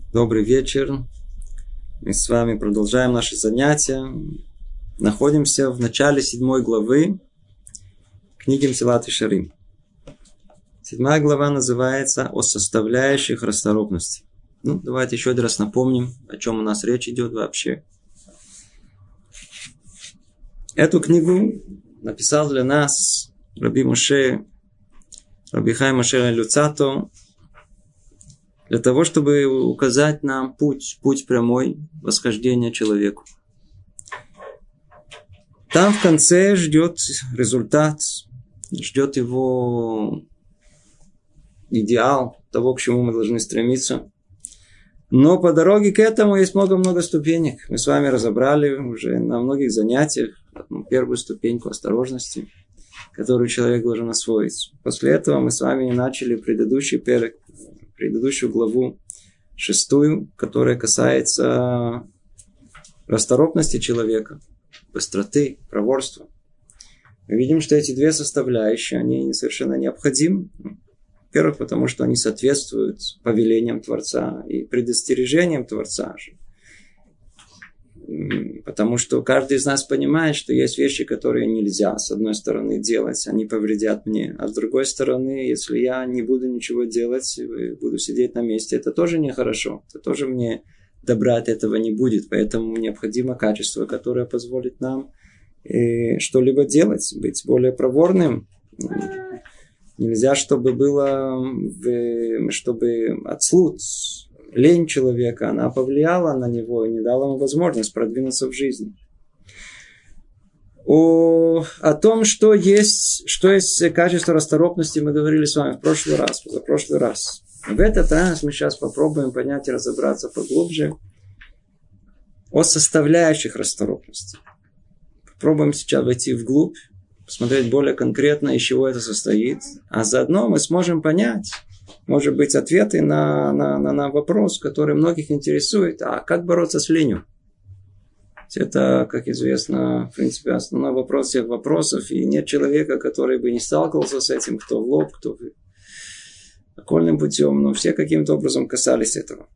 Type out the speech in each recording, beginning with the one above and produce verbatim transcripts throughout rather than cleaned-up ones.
Добрый вечер. Мы с вами продолжаем наши занятия. Находимся в начале седьмой главы книги Месилат Йешарим. Седьмая глава называется «О составляющих расторопности». Ну, давайте еще один раз напомним, о чем у нас речь идет вообще. Эту книгу написал для нас Раби Моше, Раби Хаим Ашер Люцато, для того, чтобы указать нам путь, путь прямой восхождения человеку. Там в конце ждет результат, ждет его идеал того, к чему мы должны стремиться. Но по дороге к этому есть много-много ступенек. Мы с вами разобрали уже на многих занятиях первую ступеньку осторожности, которую человек должен освоить. После этого мы с вами начали предыдущий перек, предыдущую главу, шестую, которая касается расторопности человека, быстроты, проворства. Мы видим, что эти две составляющие, они совершенно необходимы. Во-первых, потому что они соответствуют повелениям Творца и предостережениям Творца. Потому что каждый из нас понимает, что есть вещи, которые нельзя, с одной стороны, делать, они повредят мне. А с другой стороны, если я не буду ничего делать, буду сидеть на месте, это тоже нехорошо. Это тоже мне добра от этого не будет. Поэтому необходимо качество, которое позволит нам э, что-либо делать, быть более проворным. Нельзя, чтобы было, чтобы отслуд, лень человека, она повлияла на него и не дала ему возможность продвинуться в жизни. О, о том, что есть, что есть качество расторопности, мы говорили с вами в прошлый раз, в прошлый раз. В этот раз мы сейчас попробуем понять и разобраться поглубже о составляющих расторопности. Попробуем сейчас войти вглубь, посмотреть более конкретно, из чего это состоит. А заодно мы сможем понять, может быть, ответы на, на, на, на вопрос, который многих интересует. А как бороться с ленью? Это, как известно, в принципе, основной вопрос всех вопросов. И нет человека, который бы не сталкивался с этим, кто в лоб, кто окольным путем. Но все каким-то образом касались этого.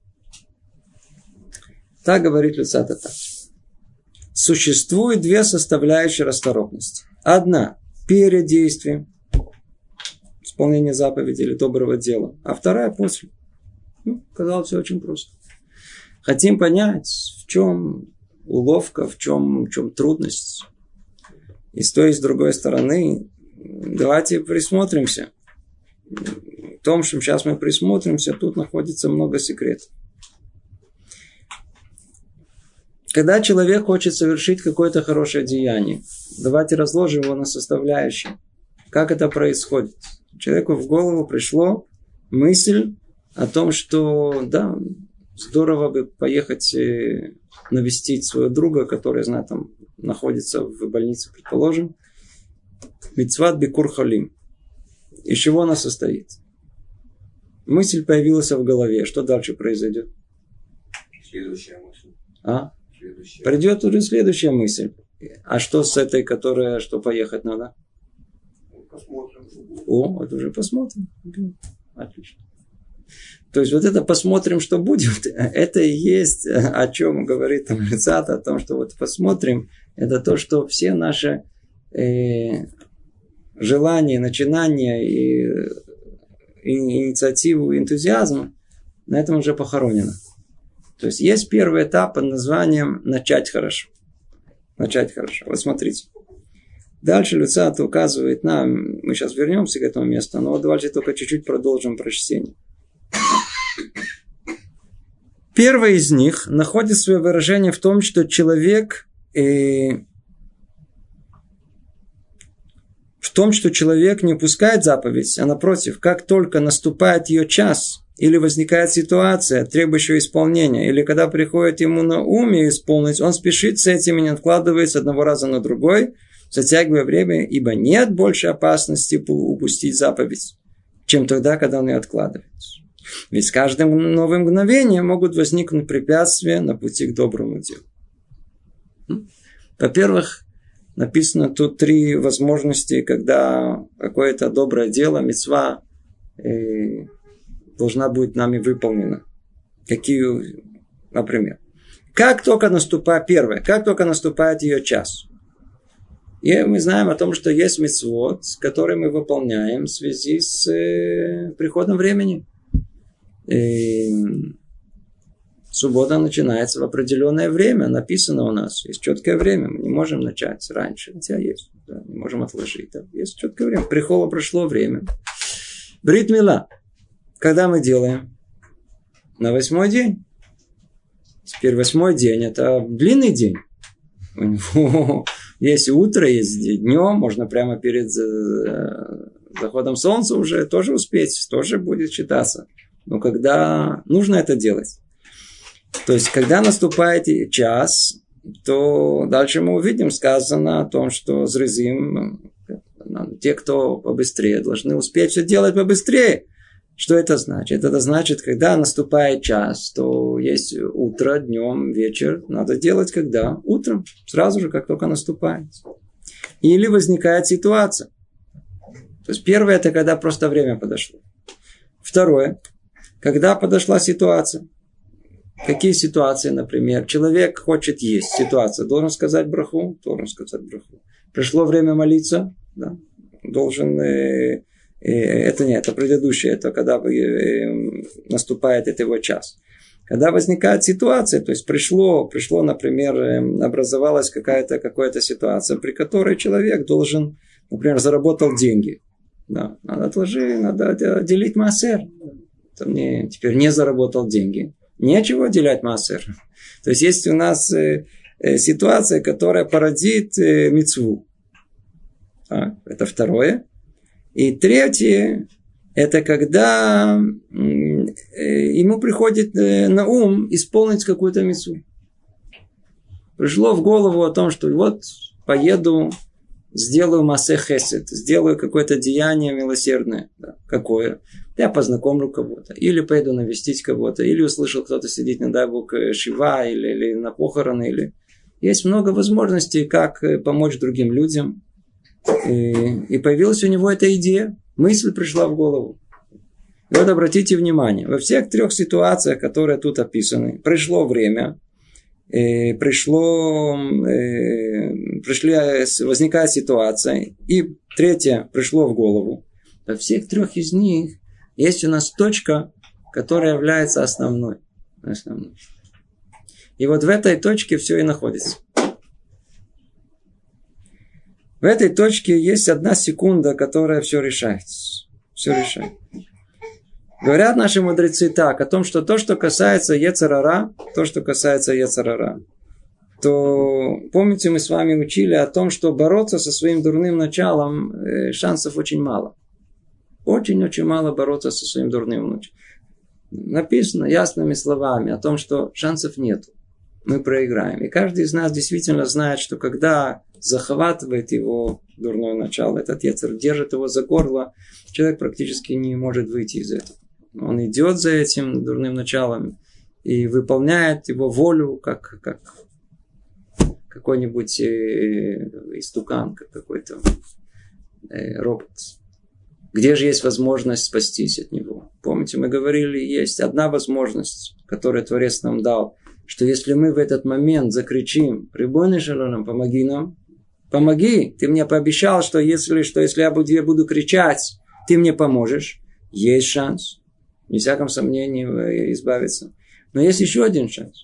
Так говорит Люцато так. Существует две составляющие расторопности. Одна – перед действием, исполнение заповеди или доброго дела. А вторая – после. Ну, казалось, все очень просто. Хотим понять, в чем уловка, в чем, в чем трудность. И с той, и с другой стороны, давайте присмотримся. В том, что сейчас мы присмотримся, тут находится много секретов. Когда человек хочет совершить какое-то хорошее деяние, давайте разложим его на составляющие. Как это происходит? Человеку в голову пришло мысль о том, что да, здорово бы поехать навестить своего друга, который, знаю, там находится в больнице, предположим. Мицват бикур халим. Из чего она состоит? Мысль появилась в голове. Что дальше произойдет? Следующая мысль. А? Придет уже следующая мысль. А что с этой, которая, что поехать надо? Посмотрим. О, это уже посмотрим. Отлично. То есть, вот это посмотрим, что будет. Это и есть, о чем говорит там Люцато, о том, что вот посмотрим. Это то, что все наши э, желания, начинания и, и инициативу, энтузиазм на этом уже похоронено. То есть, есть первый этап под названием «начать хорошо». Начать хорошо. Вот смотрите. Дальше Люцато указывает нам, мы сейчас вернемся к этому месту, но вот давайте только чуть-чуть продолжим прочтение. Первый из них находит свое выражение в том, что человек э, в том, что человек не упускает заповедь, а напротив, как только наступает ее час, или возникает ситуация, требующая исполнения, или когда приходит ему на ум ее исполнить, он спешит с этим и не откладывает с одного раза на другой, затягивая время, ибо нет больше опасности упустить заповедь, чем тогда, когда он ее откладывает. Ведь с каждым новым мгновением могут возникнуть препятствия на пути к доброму делу. Во-первых, написано тут три возможности, когда какое-то доброе дело, мицва, э, должна быть нами выполнена. Какие, например. Как только наступает, первое, как только наступает ее час. И мы знаем о том, что есть мицвот, который мы выполняем в связи с э, приходом времени. И суббота начинается в определенное время. Написано у нас. Есть четкое время. Мы не можем начать раньше. Хотя есть. Да, не можем отложить. Да. Есть четкое время. Прихода прошло время. Брит мила. Когда мы делаем? На восьмой день. Теперь восьмой день. Это длинный день. У него есть утро, есть днем. Можно прямо перед заходом солнца уже тоже успеть. Тоже будет считаться. Но когда нужно это делать. То есть, когда наступает час, то дальше мы увидим, сказано о том, что зрызим, те, кто побыстрее, должны успеть все делать побыстрее. Что это значит? Это значит, когда наступает час, то есть утро, днем, вечер. Надо делать когда? Утром. Сразу же, как только наступает. Или возникает ситуация. То есть, первое, это когда просто время подошло. Второе, когда подошла ситуация. Какие ситуации, например? Человек хочет есть. Ситуация. Должен сказать браху? Должен сказать браху. Пришло время молиться? Да. Должен... Э, э, это нет, это предыдущее. Это когда э, наступает это его час. Когда возникает ситуация, то есть пришло, пришло, например, э, образовалась какая-то, какая-то ситуация, при которой человек должен, например, заработал деньги. Да. Надо отложить, надо делить маасер. Мне теперь не заработал деньги. Нечего делять маасер. То есть, есть у нас э, э, ситуация, которая породит э, мицву. Так, это второе. И третье, это когда э, ему приходит э, на ум исполнить какую-то мицву. Пришло в голову о том, что вот поеду, сделаю маасе хесед, сделаю какое-то деяние милосердное. Да, какое? Я познакомлю кого-то. Или пойду навестить кого-то. Или услышал, кто-то сидит, не дай бог, шива. Или, или на похороны. Или... Есть много возможностей, как помочь другим людям. И, и появилась у него эта идея. Мысль пришла в голову. И вот обратите внимание. Во всех трех ситуациях, которые тут описаны, пришло время. И пришло, и пришли, возникает ситуация. И третье пришло в голову. Во всех трех из них есть у нас точка, которая является основной. основной. И вот в этой точке все и находится. В этой точке есть одна секунда, которая все решает. Все решает. Говорят наши мудрецы так, о том, что то, что касается йецер ара, то, что касается йецер ара, то, помните, мы с вами учили о том, что бороться со своим дурным началом шансов очень мало. Очень-очень мало бороться со своим дурным началом. Написано ясными словами о том, что шансов нет. Мы проиграем. И каждый из нас действительно знает, что когда захватывает его дурное начало, этот йецер держит его за горло, человек практически не может выйти из этого. Он идет за этим дурным началом и выполняет его волю, как, как какой-нибудь э, истукан, как какой-то э, робот. Где же есть возможность спастись от него? Помните, мы говорили, есть одна возможность, которую Творец нам дал, что если мы в этот момент закричим: «Рибойный шалом, помоги нам», помоги, ты мне пообещал, что если, что если я буду, я буду кричать, ты мне поможешь, есть шанс, не всяком сомнении, избавиться. Но есть еще один шанс.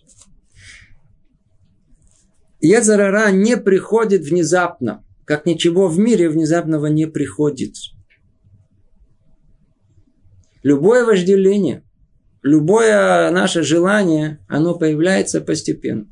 Йецер ара не приходит внезапно, как ничего в мире внезапного не приходит. Любое вожделение, любое наше желание, оно появляется постепенно.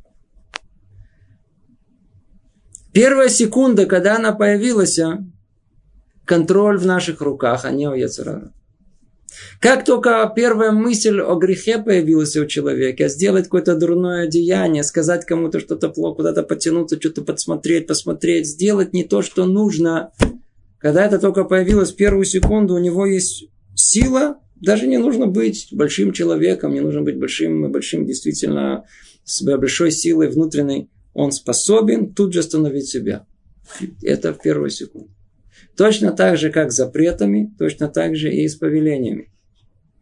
Первая секунда, когда она появилась, контроль в наших руках, а не у йецер ара. Как только первая мысль о грехе появилась у человека, сделать какое-то дурное деяние, сказать кому-то что-то плохо, куда-то потянуться, что-то подсмотреть, посмотреть, сделать не то, что нужно. Когда это только появилось в первую секунду, у него есть сила. Даже не нужно быть большим человеком, не нужно быть большим, большим действительно, с большой силой внутренней. Он способен тут же остановить себя. Это в первую секунду. Точно так же, как с запретами, точно так же и с повелениями.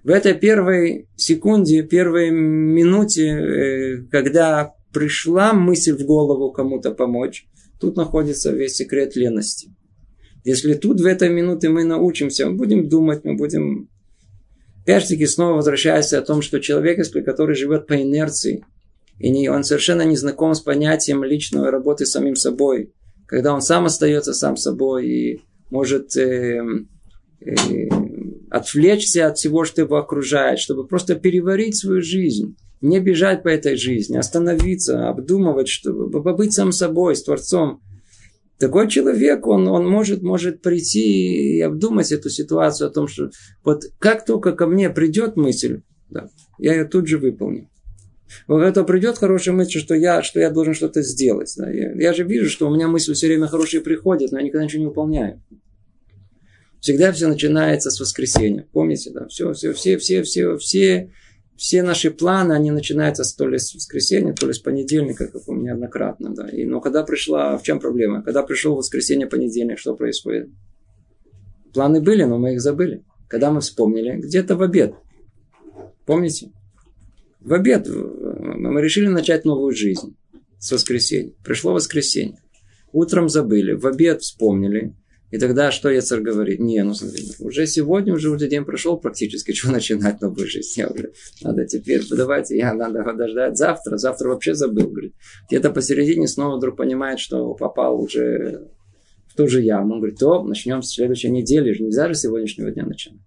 В этой первой секунде, первой минуте, когда пришла мысль в голову кому-то помочь, тут находится весь секрет лености. Если тут в этой минуте мы научимся, мы будем думать, мы будем... Опять-таки снова возвращаясь о том, что человек, если который живет по инерции, и не, он совершенно не знаком с понятием личной работы с самим собой, когда он сам остается сам собой и может э, э, отвлечься от всего, что его окружает, чтобы просто переварить свою жизнь, не бежать по этой жизни, остановиться, обдумывать, чтобы побыть сам собой, с Творцом. Такой человек, он, он может, может прийти и обдумать эту ситуацию о том, что вот как только ко мне придет мысль, да, я ее тут же выполню. Вот это придет хорошая мысль, что я, что я должен что-то сделать. Да. Я, я же вижу, что у меня мысли все время хорошие приходят, но я никогда ничего не выполняю. Всегда все начинается с воскресенья. Помните, да? Все, все, все, все, все, все, все наши планы, они начинаются то ли с воскресенья, то ли с понедельника, как у меня неоднократно. Да. И, но когда пришла, в чем проблема? Когда пришел воскресенье, понедельник, что происходит? Планы были, но мы их забыли. Когда мы вспомнили, где-то в обед. Помните? В обед мы решили начать новую жизнь с воскресенья. Пришло воскресенье. Утром забыли, в обед вспомнили. И тогда что Йецер говорит? Не, ну смотри, уже сегодня, уже уже день прошел практически, что начинать новую жизнь. Я уже, надо теперь, давайте, я надо подождать завтра. Завтра вообще забыл, говорит. Где-то посередине снова вдруг понимает, что попал уже в ту же яму. Он говорит, то начнем с следующей недели. Нельзя же с сегодняшнего дня начинать.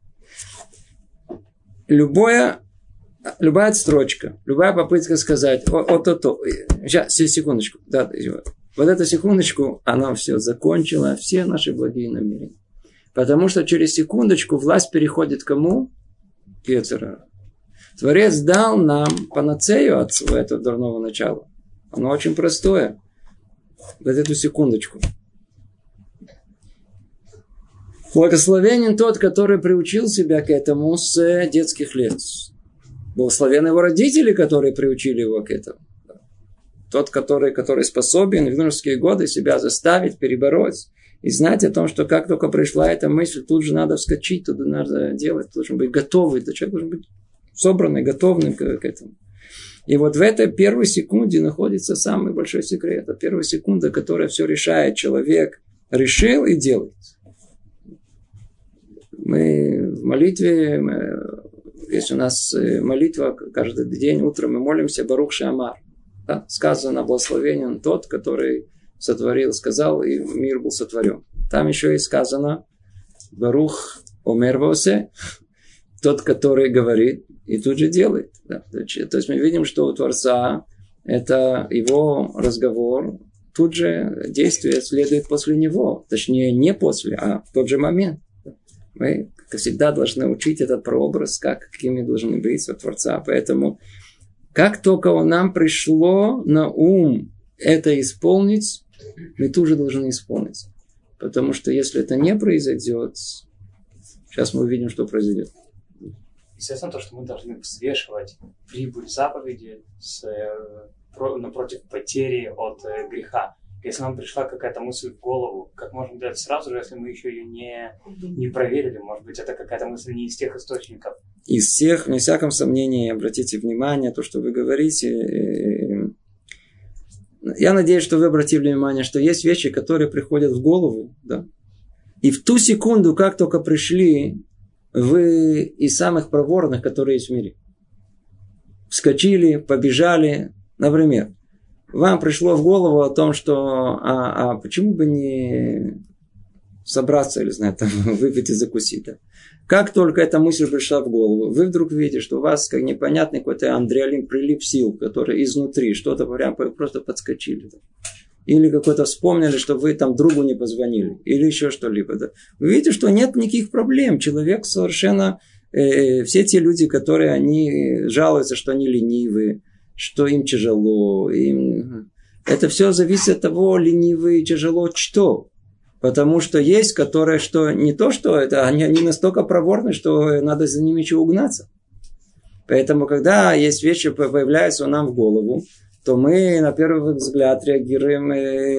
Любое Любая строчка, любая попытка сказать, о, о, то, то, сейчас, секундочку, да, вот эту секундочку, она все закончила, все наши благие намерения. Потому что через секундочку власть переходит к кому? К Йецер-ара. Творец дал нам панацею от этого дурного начала. Оно очень простое. Вот эту секундочку. Благословенен тот, который приучил себя к этому с детских лет. Благословенны его родители, которые приучили его к этому. Тот, который, который способен в юношеские годы себя заставить, перебороть. И знать о том, что как только пришла эта мысль, тут же надо вскочить, тут надо делать, должен быть готовый. Человек должен быть собранный, готовым к, к этому. И вот в этой первой секунде находится самый большой секрет. Это первая секунда, которая все решает. Человек решил и делает. Мы в молитве... Мы, есть у нас молитва каждый день, утром мы молимся Барух Шеамар. Да? Сказано, благословенен тот, который сотворил, сказал, и мир был сотворен. Там еще и сказано Барух Омер Восе, тот, который говорит и тут же делает. Да? То есть мы видим, что у Творца это его разговор, тут же действие следует после него. Точнее, не после, а в тот же момент. Мы, как всегда, должны учить этот прообраз, как, какими должны быть у Творца. Поэтому, как только он нам пришло на ум это исполнить, мы тут же должны исполнить. Потому что если это не произойдет, сейчас мы увидим, что произойдет. Естественно, то, что мы должны взвешивать прибыль заповеди с, про, напротив потери от э, греха. Если нам пришла какая-то мысль в голову, как можно делать сразу же, если мы еще ее не, не проверили? Может быть, это какая-то мысль не из тех источников? Из всех, вне всяком сомнении, обратите внимание, то, что вы говорите. Я надеюсь, что вы обратили внимание, что есть вещи, которые приходят в голову. Да? И в ту секунду, как только пришли, вы из самых проворных, которые есть в мире. Вскочили, побежали, например. Вам пришло в голову о том, что а, а почему бы не собраться или, знаю, там, выпить и закусить. Да? Как только эта мысль пришла в голову, вы вдруг видите, что у вас как непонятный какой-то андреалин прилип сил, который изнутри что-то прям просто подскочили. Да? Или какой-то вспомнили, что вы там другу не позвонили. Или еще что-либо. Да? Вы видите, что нет никаких проблем. Человек совершенно... Э, все те люди, которые они жалуются, что они ленивые, что им тяжело. Им... Это все зависит от того, ленивые, тяжело, что. Потому что есть, которые, что не то, что это, они, они настолько проворны, что надо за ними еще угнаться. Поэтому, когда есть вещи, появляются нам в голову, то мы на первый взгляд реагируем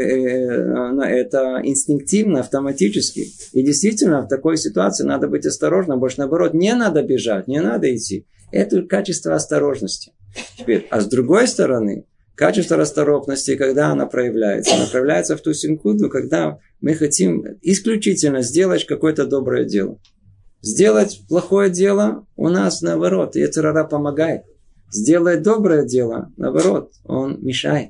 на это инстинктивно, автоматически. И действительно, в такой ситуации надо быть осторожным. Больше наоборот, не надо бежать, не надо идти. Это качество осторожности. Теперь, а с другой стороны, качество расторопности, когда она проявляется? Она проявляется в ту секунду, когда мы хотим исключительно сделать какое-то доброе дело. Сделать плохое дело у нас наоборот. Йецер ара помогает. Сделать доброе дело, наоборот, он мешает.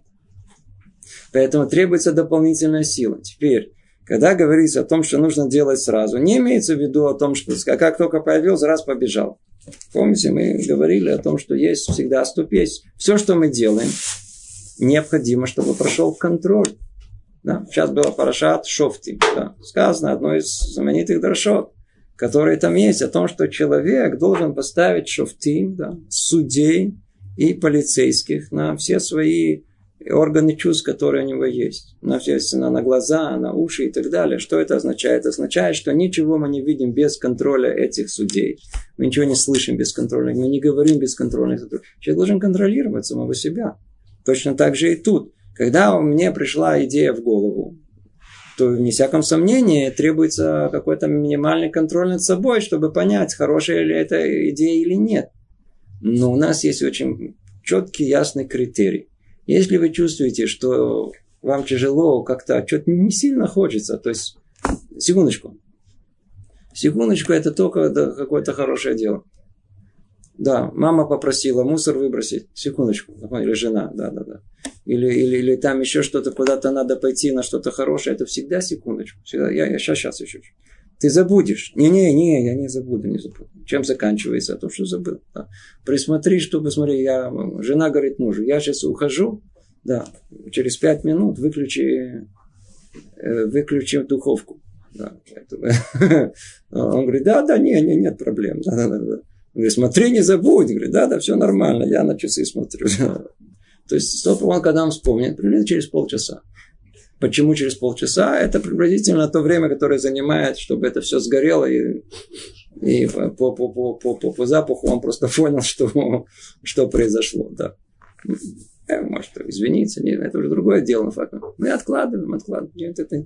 Поэтому требуется дополнительная сила. Теперь, когда говорится о том, что нужно делать сразу, не имеется в виду о том, что как только появился, раз побежал. Помните, мы говорили о том, что есть всегда ступень. Все, что мы делаем, необходимо, чтобы прошел контроль. Да? Сейчас было парашат Шофти. Да? Сказано, одно из знаменитых дрошот, которые там есть, о том, что человек должен поставить шофтим, да, судей и полицейских на все свои органы чувств, которые у него есть. На, все, на, на глаза, на уши и так далее. Что это означает? Это означает, что ничего мы не видим без контроля этих судей. Мы ничего не слышим без контроля. Мы не говорим без контроля. Человек должен контролировать самого себя. Точно так же и тут. Когда мне пришла идея в голову, то, вне всяком сомнении, требуется какой-то минимальный контроль над собой, чтобы понять, хорошая ли эта идея или нет. Но у нас есть очень четкий, ясный критерий. Если вы чувствуете, что вам тяжело, как-то что-то не сильно хочется, то есть, секундочку. Секундочку, это только какое-то хорошее дело. Да, мама попросила мусор выбросить. Секундочку. Или жена, да-да-да. Или, или, или там еще что-то, куда-то надо пойти на что-то хорошее. Это всегда секундочку. Всегда, я, я сейчас, сейчас еще. Ты забудешь. Не-не-не, я не забуду, не забуду. Чем заканчивается? А то, что забыл. Да. Присмотри, чтобы, смотри, я, жена говорит мужу, я сейчас ухожу, да, через пять минут выключи, выключи духовку. Да. Он говорит, да-да, не, не, нет проблем. Да-да-да. Говорит, смотри, не забудь. Говорит, да-да, все нормально, я на часы смотрю. То есть, стоп, он когда он вспомнит, приблизительно через полчаса. Почему через полчаса? Это приблизительно то время, которое занимает, чтобы это все сгорело. И, и по, по, по, по, по, по запаху он просто понял, что, что произошло. Да. Может, извиниться, нет, это уже другое дело. Мы откладываем, откладываем. Нет, это...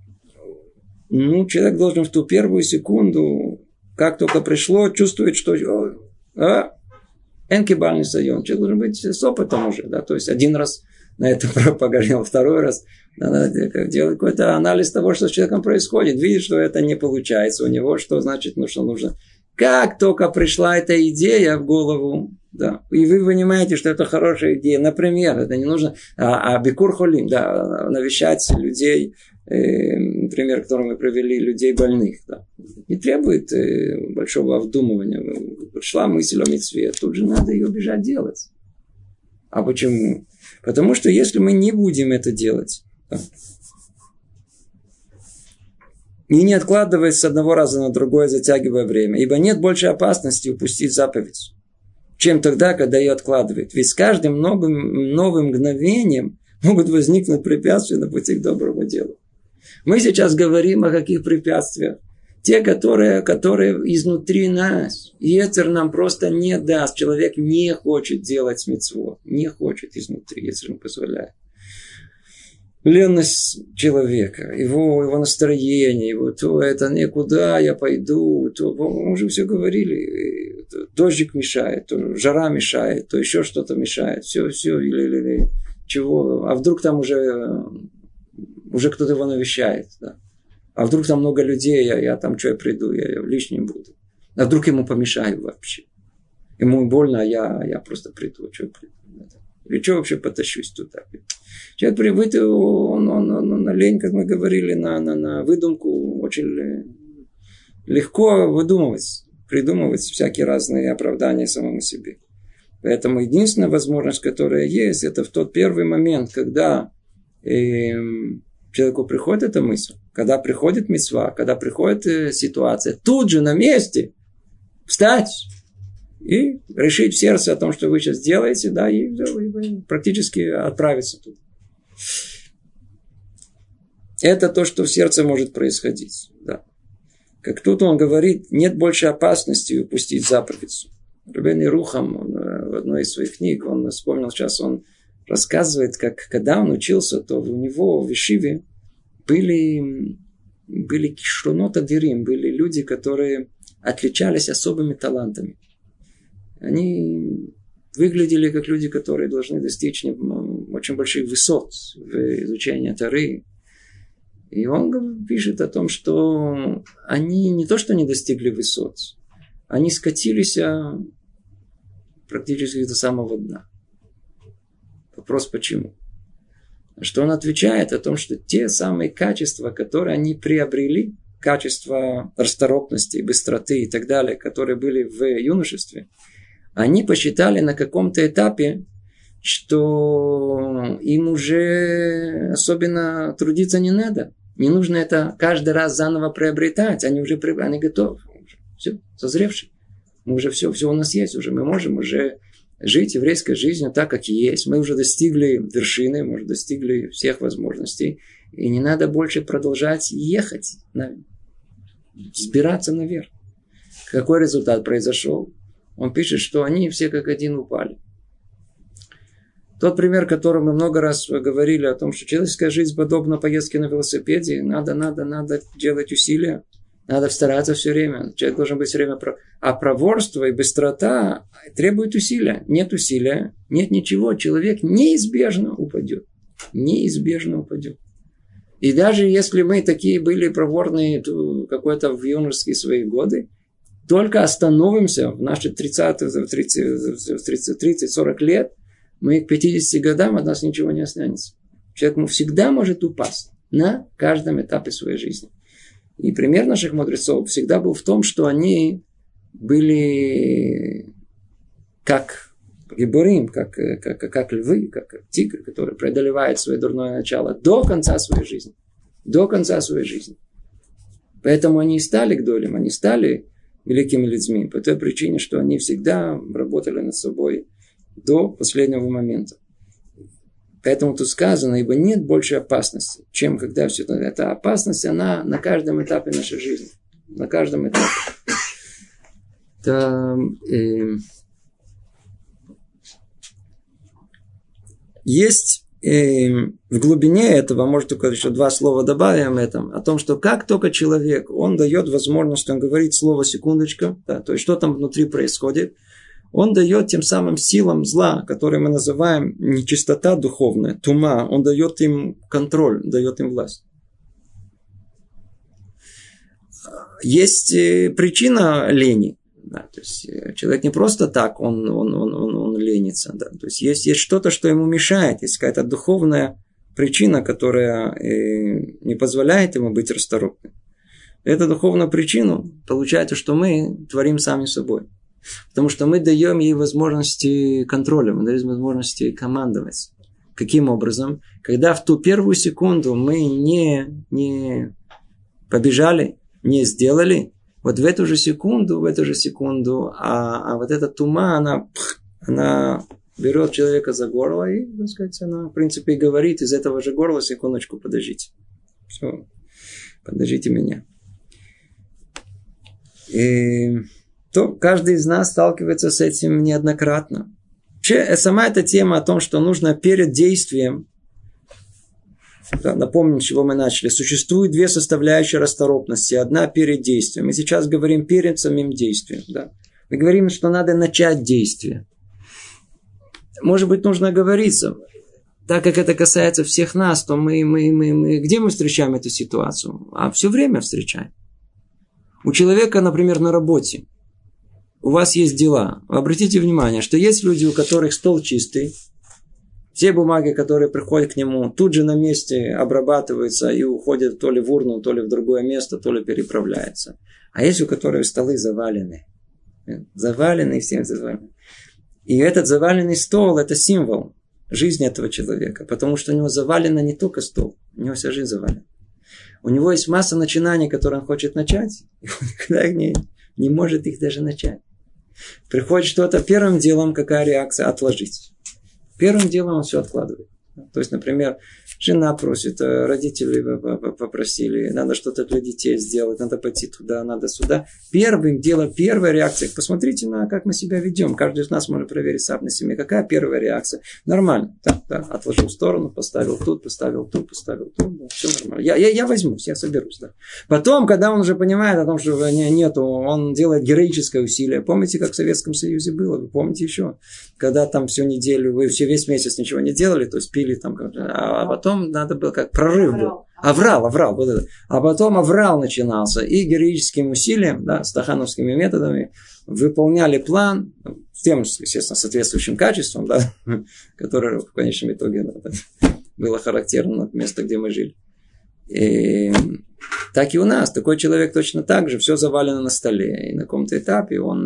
Ну, человек должен в ту первую секунду, как только пришло, чувствовать, что... А, энкибальный сайон. Человек должен быть с опытом уже. Да? То есть, один раз на это погорел, второй раз надо делать какой-то анализ того, что с человеком происходит. Видит, что это не получается у него, что значит, ну, что нужно. Как только пришла эта идея в голову, да, и вы понимаете, что это хорошая идея. Например, это не нужно... А, а бикур холим, да, навещать людей, э, например, которые мы провели, людей больных, да, не требует э, большого обдумывания. Пришла мысль о мицве, тут же надо ее бежать делать. А почему? Потому что если мы не будем это делать, да, и не откладывая с одного раза на другое, затягивая время, ибо нет больше опасности упустить заповедь, чем тогда, когда ее откладывает. Ведь с каждым новым, новым мгновением могут возникнуть препятствия на пути к доброму делу. Мы сейчас говорим о каких препятствиях? Те, которые, которые изнутри нас. И Йецер нам просто не даст. Человек не хочет делать мицвот. Не хочет изнутри. Йецер ему позволяет. Ленность человека, его, его настроение, его то это никуда я пойду, то мы уже все говорили, дождик мешает, то жара мешает, то еще что-то мешает, все, все, или, или, или чего, а вдруг там уже, уже кто-то его навещает, да? А вдруг там много людей, я, я там что я приду, я, я лишним буду, а вдруг ему помешаю вообще, ему больно, а я, я просто приду, что я приду. Или что вообще потащусь туда? Человек привык, он, он, он, он на лень, как мы говорили, на, на, на выдумку очень легко выдумывать, придумывать всякие разные оправдания самому себе. Поэтому единственная возможность, которая есть, это в тот первый момент, когда э, человеку приходит эта мысль, когда приходит мицва, когда приходит э, ситуация, тут же на месте встать и решить в сердце о том, что вы сейчас делаете, да, и, и практически отправиться туда. Это то, что в сердце может происходить. Да. Как тут он говорит, нет больше опасности упустить заповедь. Рабейн Ерухам в одной из своих книг, он вспомнил сейчас, он рассказывает, как когда он учился, то у него в Ешиве были, были кишронот адирим, были люди, которые отличались особыми талантами. Они выглядели как люди, которые должны достичь очень больших высот в изучении Торы. И он пишет о том, что они не то, что не достигли высот, они скатились практически до самого дна. Вопрос почему? Что он отвечает о том, что те самые качества, которые они приобрели, качества расторопности, быстроты и так далее, которые были в юношестве, они посчитали на каком-то этапе, что им уже особенно трудиться не надо. Не нужно это каждый раз заново приобретать. Они уже они готовы. Все, созревшие. Мы уже все, все у нас есть. Уже мы можем уже жить еврейской жизнью так, как и есть. Мы уже достигли вершины, мы уже достигли всех возможностей. И не надо больше продолжать ехать, взбираться наверх. Какой результат произошел? Он пишет, что они все как один упали. Тот пример, который мы много раз говорили о том, что человеческая жизнь подобна поездке на велосипеде. Надо, надо, надо делать усилия. Надо стараться все время. Человек должен быть все время... А проворство и быстрота требуют усилия. Нет усилия, нет ничего. Человек неизбежно упадет. Неизбежно упадет. И даже если мы такие были проворные какой-то в юношеские свои годы, только остановимся в наши тридцать-сорок лет, мы к пятидесяти годам от нас ничего не останется. Человек всегда может упасть на каждом этапе своей жизни. И пример наших мудрецов всегда был в том, что они были как гиборим, как, как, как львы, как тигры, которые преодолевают свое дурное начало до конца своей жизни. До конца своей жизни. Поэтому они и стали гдолем, они стали великими людьми. По той причине, что они всегда работали над собой до последнего момента. Поэтому тут сказано, ибо нет большей опасности, чем когда все это. Эта опасность, она на каждом этапе нашей жизни. На каждом этапе. Это, э, есть э, в глубине этого, может, только еще два слова добавим этом, о том, что как только человек, он дает возможность, он говорит слово секундочка, да, то есть что там внутри происходит, он дает тем самым силам зла, которые мы называем нечистота духовная, тума, он дает им контроль, дает им власть. Есть причина лени. Да, то есть человек не просто так, он, он, он, он, он ленится. Да, то есть, есть есть что-то, что ему мешает, есть какая-то духовная причина, которая э, не позволяет ему быть расторопным. Эту духовную причину получается, что мы творим сами собой. Потому что мы даем ей возможности контроля, мы даем возможности командовать. Каким образом? Когда в ту первую секунду мы не, не побежали, не сделали, вот в эту же секунду, в эту же секунду, а, а вот эта тума, она, она берет человека за горло и, так сказать, она, в принципе, говорит из этого же горла: секундочку, подождите. Все, подождите меня. И то каждый из нас сталкивается с этим неоднократно. Вообще, сама эта тема о том, что нужно перед действием, да, напомним, с чего мы начали. Существуют две составляющие расторопности. Одна перед действием. Мы сейчас говорим перед самим действием. Да. Мы говорим, что надо начать действие. Может быть, нужно оговориться. Так как это касается всех нас, то мы, мы, мы, мы где мы встречаем эту ситуацию? А все время встречаем. У человека, например, на работе. У вас есть дела. Обратите внимание, что есть люди, у которых стол чистый. Все бумаги, которые приходят к нему, тут же на месте обрабатываются и уходят то ли в урну, то ли в другое место, то ли переправляются. А есть у которых столы завалены. Завалены, всем завалены. И этот заваленный стол – это символ жизни этого человека. Потому что у него завалено не только стол, у него вся жизнь завалена. У него есть масса начинаний, которые он хочет начать, и он никогда не, не может их даже начать. Приходит что-то, первым делом какая реакция? Отложить. Первым делом он все откладывает. То есть, например, жена просит, родители попросили, надо что-то для детей сделать, надо пойти туда, надо сюда. Первым делом, первая реакция, посмотрите на, как мы себя ведем. Каждый из нас может проверить сам на себе. Какая первая реакция? Нормально. Да, да, отложил в сторону, поставил тут, поставил тут, поставил тут. Да, все нормально. Я, я, я возьмусь, я соберусь. Да. Потом, когда он уже понимает о том, что нету, он делает героическое усилие. Помните, как в Советском Союзе было? Вы помните еще? Когда там всю неделю, вы все весь месяц ничего не делали, то есть пили там, а потом надо было как прорыв был. Аврал, аврал, вот это. А потом аврал начинался. И героическим усилием, да, стахановскими методами выполняли план, с тем, естественно, соответствующим качеством, да, которое в конечном итоге да, было характерно от места, где мы жили. И так и у нас. Такой человек точно так же. Все завалено на столе. И на каком-то этапе он...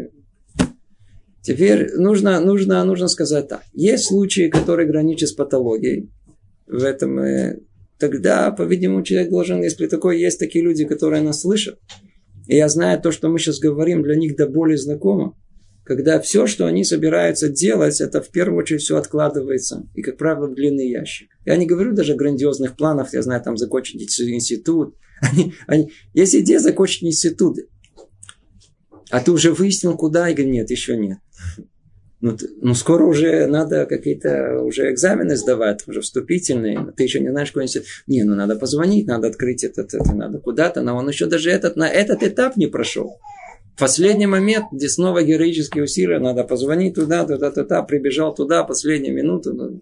Теперь нужно, нужно, нужно сказать так. Есть случаи, которые граничат с патологией. В этом... Тогда, по-видимому, человек должен... Если такое есть такие люди, которые нас слышат. И я знаю то, что мы сейчас говорим, для них до боли знакомо. Когда все, что они собираются делать, это в первую очередь все откладывается. И, как правило, в длинный ящик. Я не говорю даже о грандиозных планах. Я знаю, там закончить институт. Они, они, есть идея закончить институт. А ты уже выяснил, куда? И говорю, нет, еще нет. Ну, ну, скоро уже надо какие-то уже экзамены сдавать, уже вступительные. Ты еще не знаешь, какой институт. Не, ну надо позвонить, надо открыть этот, это, надо куда-то. Но он еще даже этот, на этот этап не прошел. В последний момент, где снова героические усилия, надо позвонить туда, туда, туда, прибежал туда, последнюю минуту.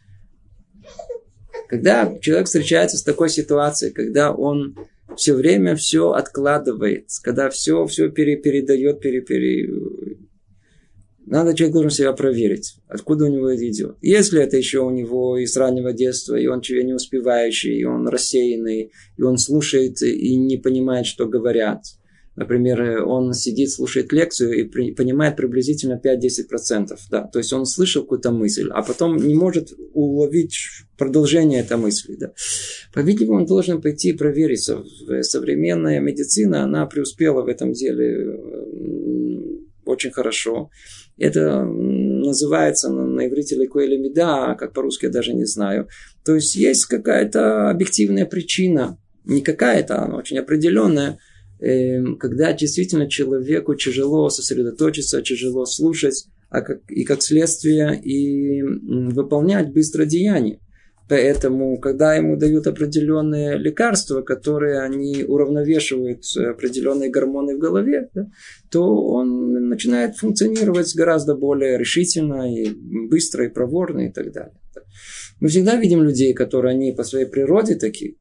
Когда человек встречается с такой ситуацией, когда он все время все откладывает, когда все, все пере, передает, пере, пере... надо, человек должен себя проверить, откуда у него это идет. Если это еще у него из раннего детства, и он чего не успевающий, и он рассеянный, и он слушает и не понимает, что говорят. Например, он сидит, слушает лекцию и при, понимает приблизительно пять-десять процентов. Да? То есть он слышал какую-то мысль, а потом не может уловить продолжение этой мысли. Да? По-видимому, он должен пойти и провериться. Современная медицина, она преуспела в этом деле очень хорошо. Это называется на иврите лекуэй лемида, как по-русски я даже не знаю. То есть есть какая-то объективная причина, не какая-то, она очень определенная, когда действительно человеку тяжело сосредоточиться, тяжело слушать, а как, и как следствие и выполнять быстро деяния. Поэтому, когда ему дают определенные лекарства, которые они уравновешивают определенные гормоны в голове, да, то он начинает функционировать гораздо более решительно и быстро, и проворно, и так далее. Мы всегда видим людей, которые они по своей природе такие,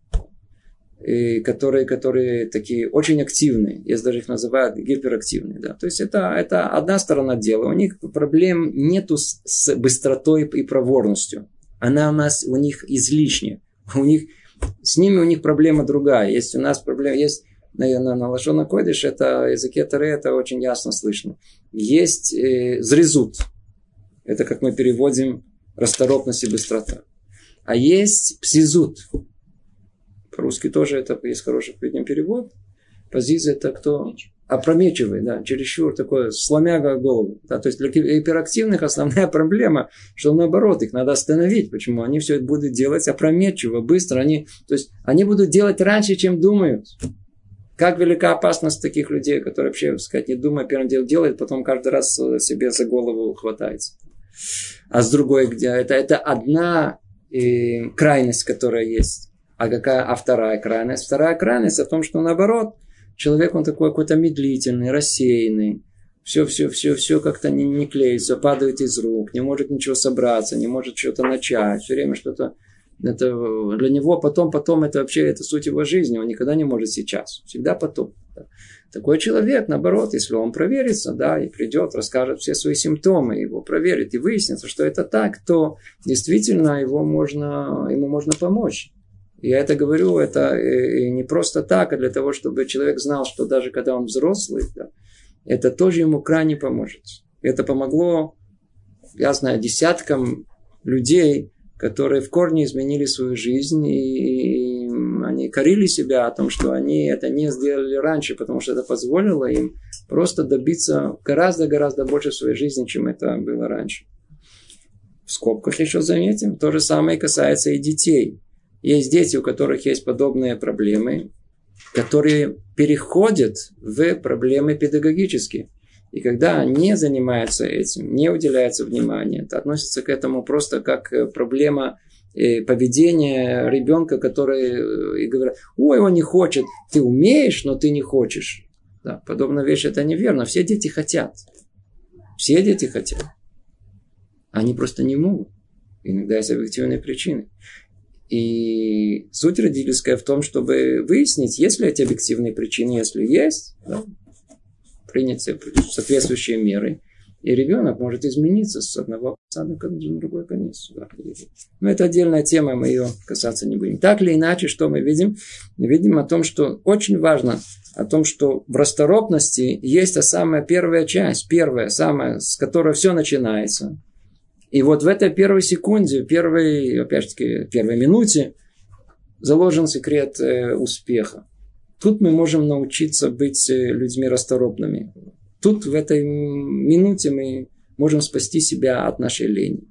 и которые, которые такие очень активные. Есть даже их называют гиперактивные. Да. То есть это, это одна сторона дела. У них проблем нету с, с быстротой и проворностью. Она у нас, у них излишняя. У них, с ними у них проблема другая. Есть у нас проблема, есть на, на, на лашон а-койдеш, это языке Торе, это очень ясно слышно. Есть э, зрезут. Это как мы переводим расторопность и быстрота. А есть псизут. По-русски тоже это есть хороший перевод. Позиция это кто? Опрометчивый, да, чересчур такой, сломя голову. Да, то есть для гиперактивных основная проблема, что наоборот, их надо остановить. Почему? Они все это будут делать опрометчиво, быстро. Они, то есть они будут делать раньше, чем думают. Как велика опасность таких людей, которые вообще, так сказать, не думая, первым делом делают, потом каждый раз себе за голову хватается. А с другой, где это, это одна э, крайность, которая есть. А какая? А вторая крайность? Вторая крайность о том, что наоборот, человек, он такой какой-то медлительный, рассеянный. Все, все, все, все как-то не, не клеится, падает из рук, не может ничего собраться, не может что-то начать. Все время что-то... Это для него потом, потом, это вообще, это суть его жизни. Он никогда не может сейчас. Всегда потом. Да. Такой человек, наоборот, если он проверится, да, и придет, расскажет все свои симптомы, его проверит, и выяснится, что это так, то действительно его можно, ему можно помочь. Я это говорю, это не просто так, а для того, чтобы человек знал, что даже когда он взрослый, да, это тоже ему крайне поможет. Это помогло, я знаю, десяткам людей, которые в корне изменили свою жизнь, и они корили себя о том, что они это не сделали раньше, потому что это позволило им просто добиться гораздо-гораздо больше в своей жизни, чем это было раньше. в скобках еще заметим, то же самое касается и детей. Есть дети, у которых есть подобные проблемы, которые переходят в проблемы педагогические. И когда не занимаются этим, не уделяется внимания, то относятся к этому просто как проблема поведения ребенка, который и говорит: ой, он не хочет, ты умеешь, но ты не хочешь. Да, подобная вещь, это неверно. Все дети хотят. Все дети хотят. Они просто не могут. Иногда есть объективные причины. И суть родительская в том, чтобы выяснить, есть ли эти объективные причины. Если есть, да, принять соответствующие меры. И ребенок может измениться с одного конца на другой конец. Да. Но это отдельная тема, мы ее касаться не будем. Так или иначе, что мы видим? Мы видим о том, что очень важно, о том, что в расторопности есть та самая первая часть, первая, самая, с которой все начинается. И вот в этой первой секунде, первой, опять-таки, первой минуте заложен секрет э, успеха. Тут мы можем научиться быть людьми расторопными. Тут в этой минуте мы можем спасти себя от нашей лени.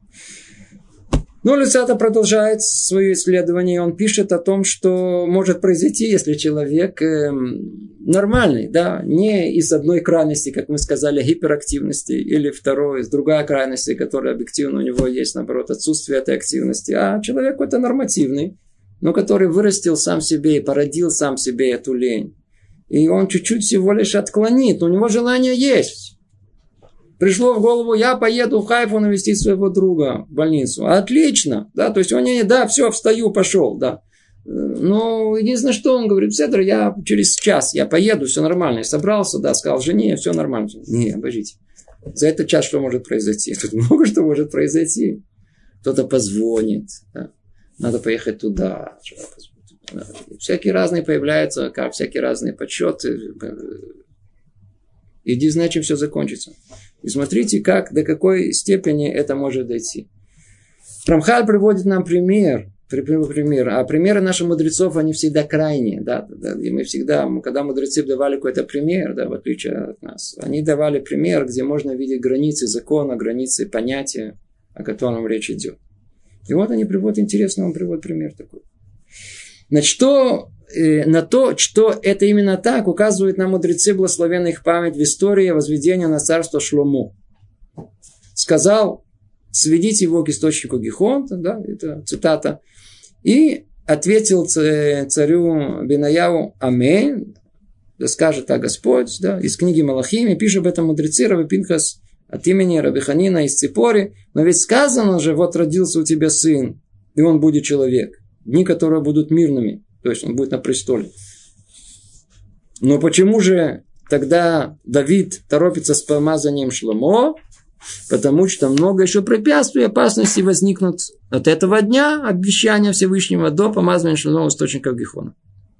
Но Люцата продолжает свое исследование. Он пишет о том, что может произойти, если человек э, нормальный, да, не из одной крайности, как мы сказали, гиперактивности, или второй, из другой крайности, которая объективно у него есть, наоборот, отсутствие этой активности, а человек какой-то нормативный, но который вырастил сам себе и породил сам себе эту лень. И он чуть-чуть всего лишь отклонит, у него желание есть. Пришло в голову: я поеду в Хайфу навестить своего друга в больницу. Отлично. Да, то есть он не, да, все, встаю, пошел, да. Но единственное, что он говорит: Седр, я через час, я поеду, все нормально. Я собрался, да, сказал жене, все нормально. Не, обождите. За этот час что может произойти? Тут много что может произойти. Кто-то позвонит, да. Надо поехать туда. Всякие разные появляются, как всякие разные подсчеты. Иди, знай, чем все закончится. И смотрите, как, до какой степени это может дойти. Рамхаль приводит нам пример. пример. А примеры наших мудрецов, они всегда крайние. Да, да, и мы всегда, когда мудрецы давали какой-то пример, да, в отличие от нас, они давали пример, где можно видеть границы закона, границы понятия, о котором речь идет. И вот они приводят, интересно, он приводит пример такой. На что, э, на то, что это именно так, указывают нам мудрецы, благословенная их память, в истории возведения на царство Шломо. Сказал: сведите его к источнику Гихонта, да, это цитата, и ответил царю Бенаяу: аминь, да скажет так Господь, да, из книги Малахим, и пишет об этом мудрецы Раби Пинхас от имени Раби Ханина из Ципори. Но ведь сказано же: вот родился у тебя сын, и он будет человек. Дни, которые будут мирными. То есть он будет на престоле. Но почему же тогда Давид торопится с помазанием Шломо? Потому что много еще препятствий и опасностей возникнут от этого дня, обещания Всевышнего, до помазания Шломо источников Гихона.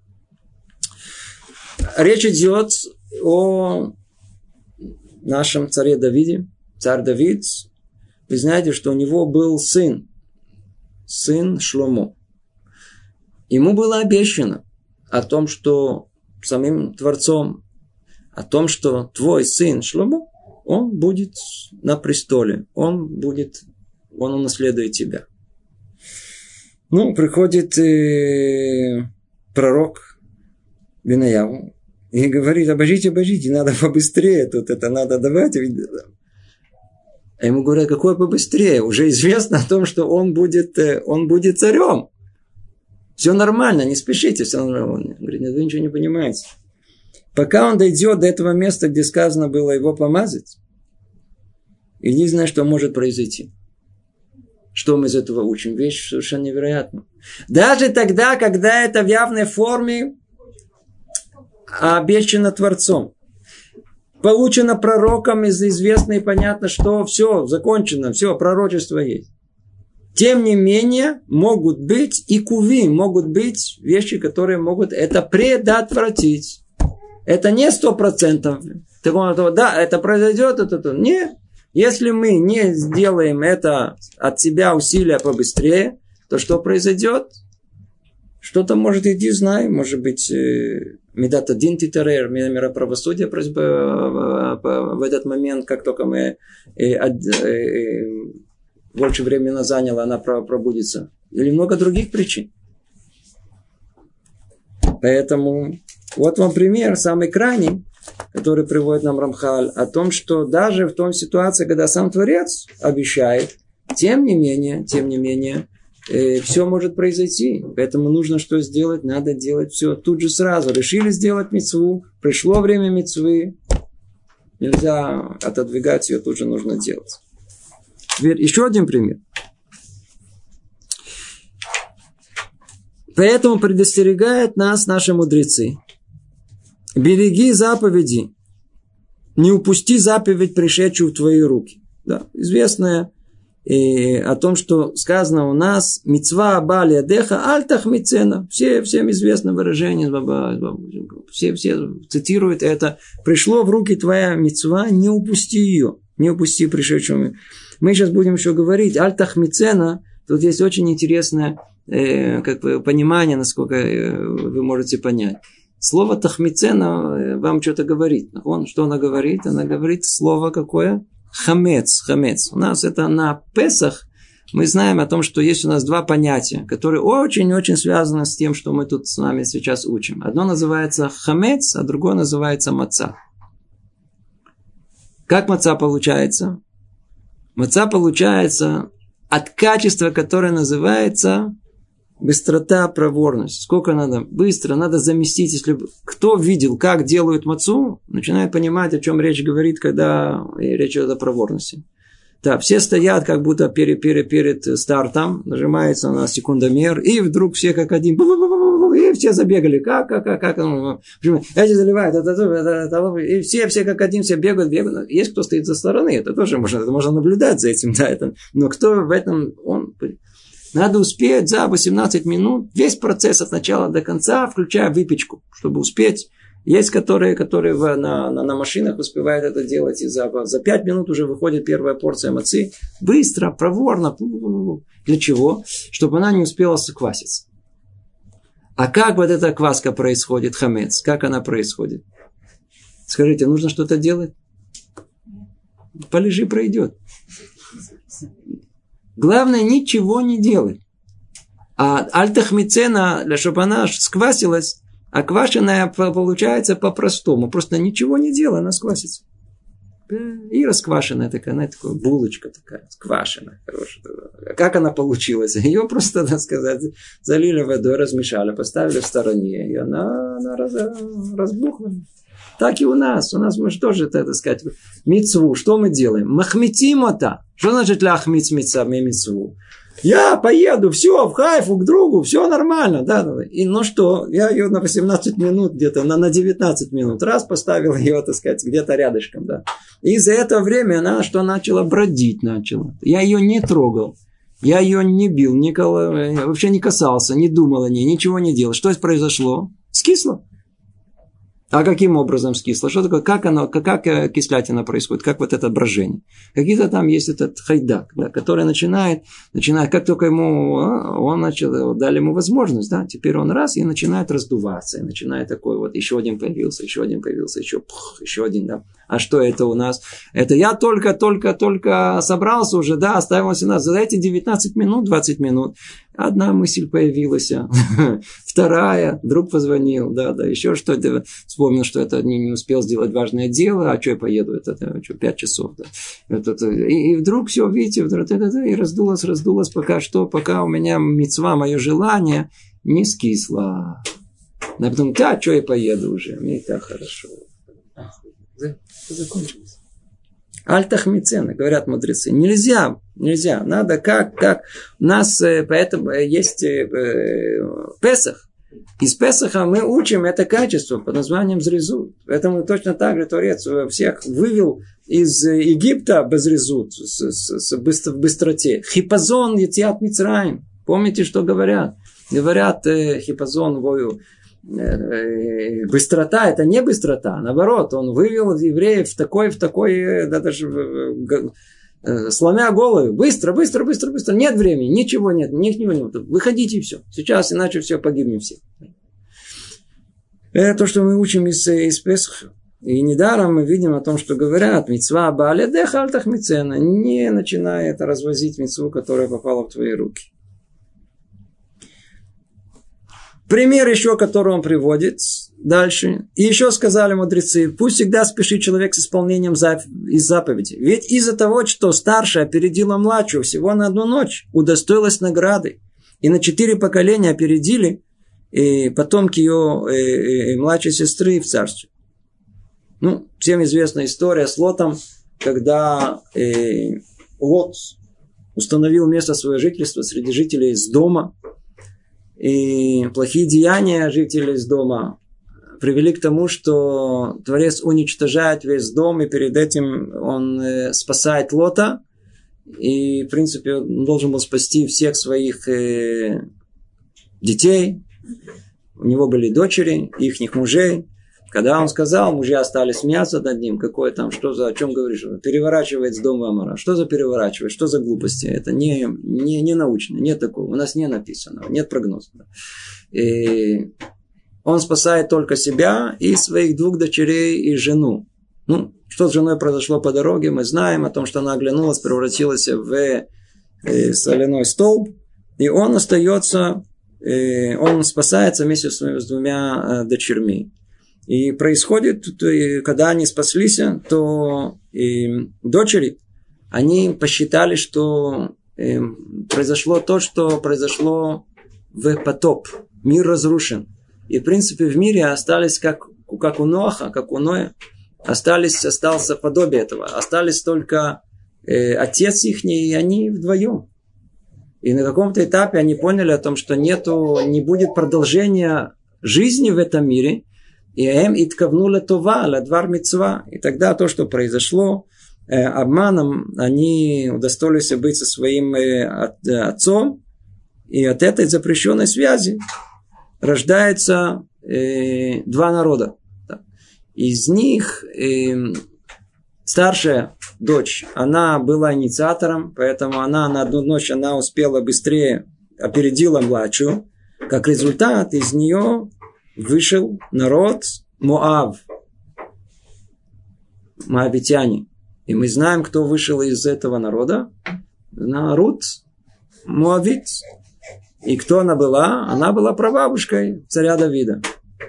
Речь идет о нашем царе Давиде. Царь Давид. Вы знаете, что у него был сын. Сын Шломо. Ему было обещано о том, что самим Творцом, о том, что твой сын Шломо, он будет на престоле, он будет, он унаследует тебя. Ну, приходит э, пророк Бенаяу и говорит: обождите, обождите, надо побыстрее, тут это надо давать. А ему говорят: какое побыстрее? Уже известно о том, что он будет, он будет царем. Все нормально, не спешите, все нормально. Он говорит: нет, вы ничего не понимаете. Пока он дойдет до этого места, где сказано было его помазать, единственное, что может произойти. Что мы из этого учим? Вещь совершенно невероятная. Даже тогда, когда это в явной форме обещано Творцом, получено пророком, известно и понятно, что все закончено, все, пророчество есть. Тем не менее, могут быть и куви, могут быть вещи, которые могут это предотвратить. Это не сто процентов. Да, это произойдет, это то. Нет. Если мы не сделаем это от себя усилия побыстрее, то что произойдет? Что-то может идти, знаю, может быть, медат один титарер, мера правосудия в этот момент, как только мы больше времени заняло, она пробудится. Или много других причин. Поэтому вот вам пример, самый крайний, который приводит нам Рамхаль, о том, что даже в той ситуации, когда сам Творец обещает, тем не менее, тем не менее, э, все может произойти. Поэтому нужно что сделать? Надо делать все тут же сразу. Решили сделать мицву, пришло время мицвы, нельзя отодвигать ее, тут же нужно делать. Теперь еще один пример. Поэтому предостерегают нас наши мудрецы. Береги заповеди, не упусти заповедь, пришедшую в твои руки. Да, известное и о том, что сказано у нас мицва бали адеха альтах мицена. Все, всем известно выражение, все, все цитируют это. Пришло в руки твоя мицва, не упусти ее, не упусти пришедшую. Мы сейчас будем еще говорить альтах мицена. Тут есть очень интересное э, как бы, понимание, насколько э, вы можете понять. Слово тахмицена вам что-то говорит. Он, что она говорит? Она говорит слово какое? Хамец. Хамец. У нас это на Песах. Мы знаем о том, что есть у нас два понятия, которые очень-очень связаны с тем, что мы тут с вами сейчас учим. Одно называется хамец, а другое называется маца. Как маца получается? Маца получается от качества, которое называется быстрота, проворность. Сколько надо? Быстро. Надо заместить. Если кто видел, как делают мацу, начинает понимать, о чем речь говорит, когда речь идет о проворности. Да, все стоят, как будто перед, перед, перед стартом, нажимается на секундомер, и вдруг все как один, и все забегали. Как, как, как, как. Эти заливают, это, это, это, и все, все как один, все бегают, бегают. Есть кто стоит за стороны, это тоже можно, это можно наблюдать за этим, да, это. Но кто в этом, он... Надо успеть за восемнадцать минут весь процесс от начала до конца, включая выпечку, чтобы успеть. Есть которые, которые в, на, на, на машинах успевают это делать, и за, за пять минут уже выходит первая порция мацы. Быстро, проворно. Для чего? Чтобы она не успела скваситься. А как вот эта кваска происходит, хамец? Как она происходит? Скажите, нужно что-то делать? Полежи, пройдет. Главное, ничего не делать. А альтахмицена, чтобы она сквасилась, а квашеная получается по-простому. Просто ничего не делай, она сквасится. И расквашенная такая, она такая булочка такая, сквашенная, хорошая. Как она получилась? Ее просто, так сказать, залили водой, размешали, поставили в стороне, и она, она раз, разбухла. Так и у нас. У нас мы же тоже, так сказать, мицву. Что мы делаем? Махмитим это. Что значит ляхмиц мицва мицву? Я поеду, все, в Хайфу к другу, все нормально. Да, да. И ну что, я ее на восемнадцать минут где-то, на, на девятнадцать минут раз поставил ее, так сказать, где-то рядышком. Да. И за это время она что начала бродить начала. Я ее не трогал. Я ее не бил, не кол... вообще не касался, не думал о ней, ничего не делал. Что произошло? Скисло. А каким образом скисло? Что такое? Как оно, как кислятина происходит? Как вот это брожение? Какие-то там есть этот хайдак, да, который начинает, начинает, как только ему, он начал, дали ему возможность, да, теперь он раз и начинает раздуваться, и начинает такой вот, еще один появился, еще один появился, еще, пух, еще один, да. А что это у нас? Это я только, только, только собрался уже, да, оставился нас за эти девятнадцать минут, двадцать минут. Одна мысль появилась, вторая, друг позвонил, да, да, еще что-то, вспомнил, что это не, не успел сделать важное дело, а что я поеду, это, это что, пять часов, да. Это, это, и, и вдруг все, видите, вдруг, это, это, и раздулось, раздулось, пока что, пока у меня мицва, мое желание не скисло. А потом, да, что я поеду уже, мне и так хорошо. Закончилось. Альтахмицена, говорят мудрецы. Нельзя, нельзя. Надо как, как. У нас поэтому есть Песах. Из Песаха мы учим это качество под названием зрезут. Поэтому точно так же Творец всех вывел из Египта без резут, с, с, с, в быстроте. Хипазон етиат Мицраим. Помните, что говорят? Говорят хипазон вою. Быстрота это не быстрота, наоборот, он вывел евреев в такой, в такой, да, даже сломя голову, быстро, быстро, быстро, быстро, нет времени, ничего нет, ничего нет, выходите и все, сейчас, иначе все, погибнем все. Это то, что мы учим из, из Песаха. И недаром мы видим о том, что говорят, мицва баалядеха аль тахмицена, не начинай это развозить мицву, которая попала в твои руки. Пример еще, который он приводит дальше. И еще сказали мудрецы, пусть всегда спешит человек с исполнением из заповеди. Ведь из-за того, что старшая опередила младшую всего на одну ночь, удостоилась награды. И на четыре поколения опередили и потомки ее и, и младшей сестры в царстве. Ну, всем известна история с Лотом, когда э, Лот установил место своего жительства среди жителей из дома. И плохие деяния жителей из дома привели к тому, что Творец уничтожает весь дом, и перед этим он э, спасает Лота. И, в принципе, он должен был спасти всех своих э, детей. У него были дочери, их мужей. Когда он сказал, мужья стали смеяться над ним, какое там, что за, о чем говоришь, переворачивает с дома Амора. Что за переворачивает, что за глупости? Это не, не, не научно, нет такого, у нас не написано, нет прогноза. И он спасает только себя и своих двух дочерей и жену. Ну, что с женой произошло по дороге, мы знаем о том, что она оглянулась, превратилась в соляной столб, и он остается, он спасается вместе с двумя дочерьми. И происходит, когда они спаслись, то и дочери, они посчитали, что произошло то, что произошло в потоп. Мир разрушен. И, в принципе, в мире остались, как, как у Ноаха, как у Ноя, остались, остался подобие этого. Остались только э, отец их, и они вдвоем. И на каком-то этапе они поняли о том, что нету, не будет продолжения жизни в этом мире. И им иткавнула това, ладвар мицва. И тогда то, что произошло, э, обманом, они удостоились быть со своим э, от, э, отцом. И от этой запрещенной связи рождается э, два народа. Из них э, старшая дочь, она была инициатором, поэтому она на одну ночь она успела быстрее, опередила младшую. Как результат, из нее вышел народ Моав, моавитяне. И мы знаем, кто вышел из этого народа. Народ Моавит. И кто она была? Она была прабабушкой царя Давида.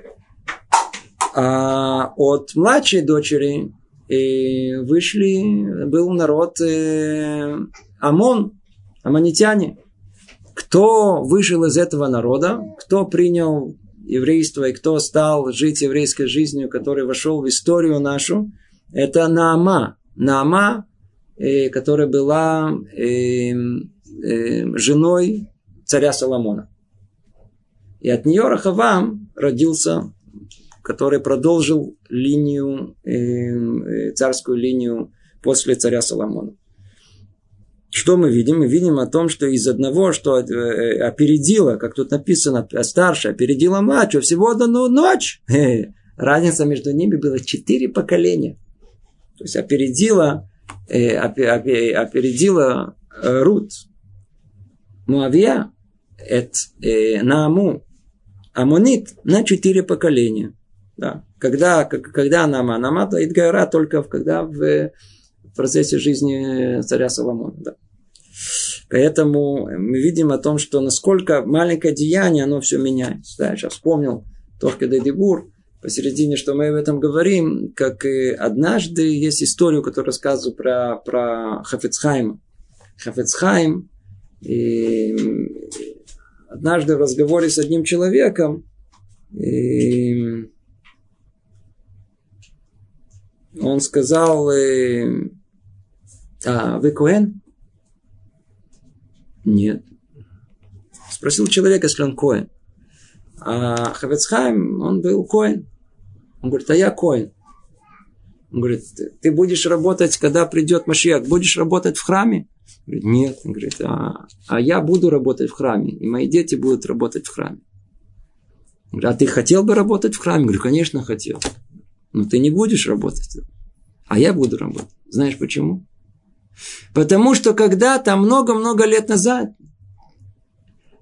А от младшей дочери вышли, был народ Амон, аммонитяне. Кто вышел из этого народа, кто принял еврейство и кто стал жить еврейской жизнью, который вошел в историю нашу, это Наама. Наама, которая была женой царя Соломона. И от нее Рахавам родился, который продолжил линию, э, царскую линию после царя Соломона. Что мы видим? Мы видим о том, что из одного, что э, опередила, как тут написано, старшая опередила младшую всего одну ночь. Э, разница между ними была четыре поколения. То есть опередила, э, опередила э, Рут, Моавия, это э, Нааму, Амонит на четыре поколения. Да. Когда, когда Наама, Наама Идгайра только когда в процессе жизни царя Соломона. Да. Поэтому мы видим о том, что насколько маленькое деяние, оно все меняется. Да, я сейчас вспомнил Тохке де Дибур, посередине, что мы об этом говорим, как однажды есть историю, которую рассказываю про, про Хафец Хаима. Хафец Хаим и однажды в разговоре с одним человеком и он сказал: а вы коэн? Нет. Спросил человека, если он коэн. А Хафец Хаим, он был коэн. Он говорит: а я коэн. Он говорит: ты будешь работать, когда придет Машиах, будешь работать в храме? Говорит: нет. Он говорит: а, а я буду работать в храме, и мои дети будут работать в храме. Он говорит: а ты хотел бы работать в храме? Я говорю: конечно, хотел. Но ты не будешь работать, а я буду работать. Знаешь почему? Потому что когда-то, много-много лет назад,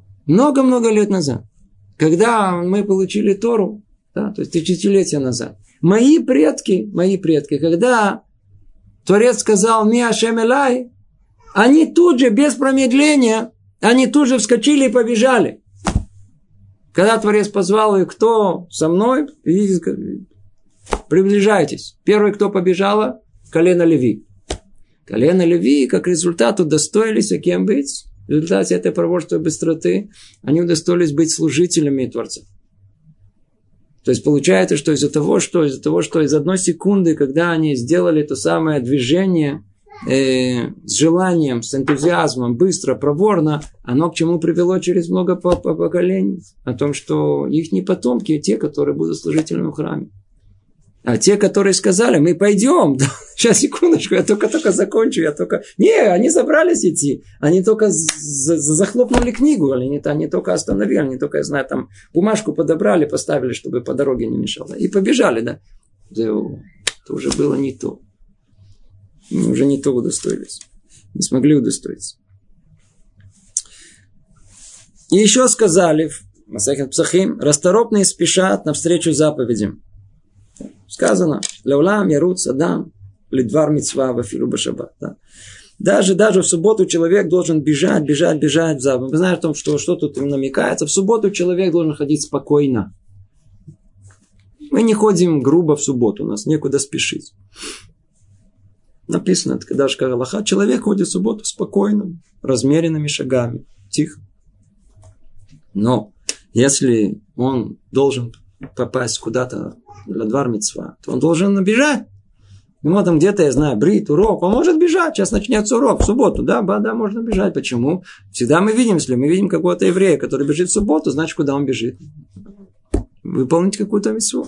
много-много лет назад, когда мы получили Тору, да, то есть тысячелетия назад, Мои предки, мои предки, когда Творец сказал «Ми Ашем Элай», они тут же, без промедления, они тут же вскочили и побежали. Когда Творец позвал их, кто со мной, приближайтесь. Первый, кто побежала, колено Леви. Колено Леви, как результат, удостоились, а кем быть? В результате этой проворства и быстроты они удостоились быть служителями Творца. То есть получается, что из-за того, что из-за того, что из одной секунды, когда они сделали то самое движение э, с желанием, с энтузиазмом, быстро, проворно, оно к чему привело через много поколений? О том, что их не потомки, а те, которые будут служителями в храме. А те, которые сказали, мы пойдем, сейчас, секундочку, я только-только закончу, я только... Не, они собрались идти, они только захлопнули книгу, они, они только остановили, они только, я знаю, там бумажку подобрали, поставили, чтобы по дороге не мешало. И побежали, да. Это уже было не то. Мы уже не то удостоились. Не смогли удостоиться. И еще сказали, в Масехет Псахим, расторопные спешат навстречу заповедям. Сказано, «Леулам яруц адам лидвар мицва вафилу башаббат». Да. Даже, даже в субботу человек должен бежать, бежать, бежать в заповедь. Вы знаете о том, что, что тут намекается. В субботу человек должен ходить спокойно. Мы не ходим грубо в субботу, у нас некуда спешить. Написано, даже как Аллаха, человек ходит в субботу спокойно, размеренными шагами, тихо. Но если он должен попасть куда-то для двор мицва, то он должен бежать. Ему там где-то, я знаю, брит, урок, он может бежать. Сейчас начнется урок в субботу. Да, да, можно бежать. Почему? Всегда мы видим, если мы видим какого-то еврея, который бежит в субботу, значит, куда он бежит? Выполнить какую-то мицву.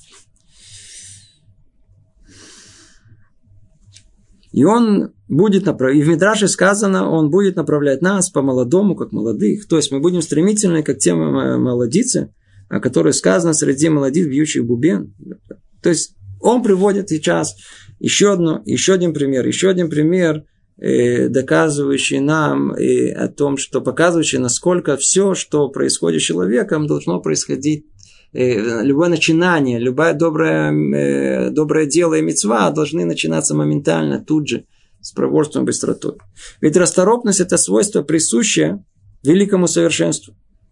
И он будет направлять, и в Мидраше сказано, он будет направлять нас по-молодому, как молодых. То есть мы будем стремительны, как те молодицы, о которой сказано среди молодиц, бьющих бубен. То есть он приводит сейчас еще, одно, еще один пример, еще один пример, э, доказывающий нам э, о том, что показывающий, насколько все, что происходит с человеком, должно происходить, э, любое начинание, любое доброе, э, доброе дело и мицва должны начинаться моментально, тут же, с проворством и быстротой. Ведь расторопность – это свойство, присущее великому совершенству.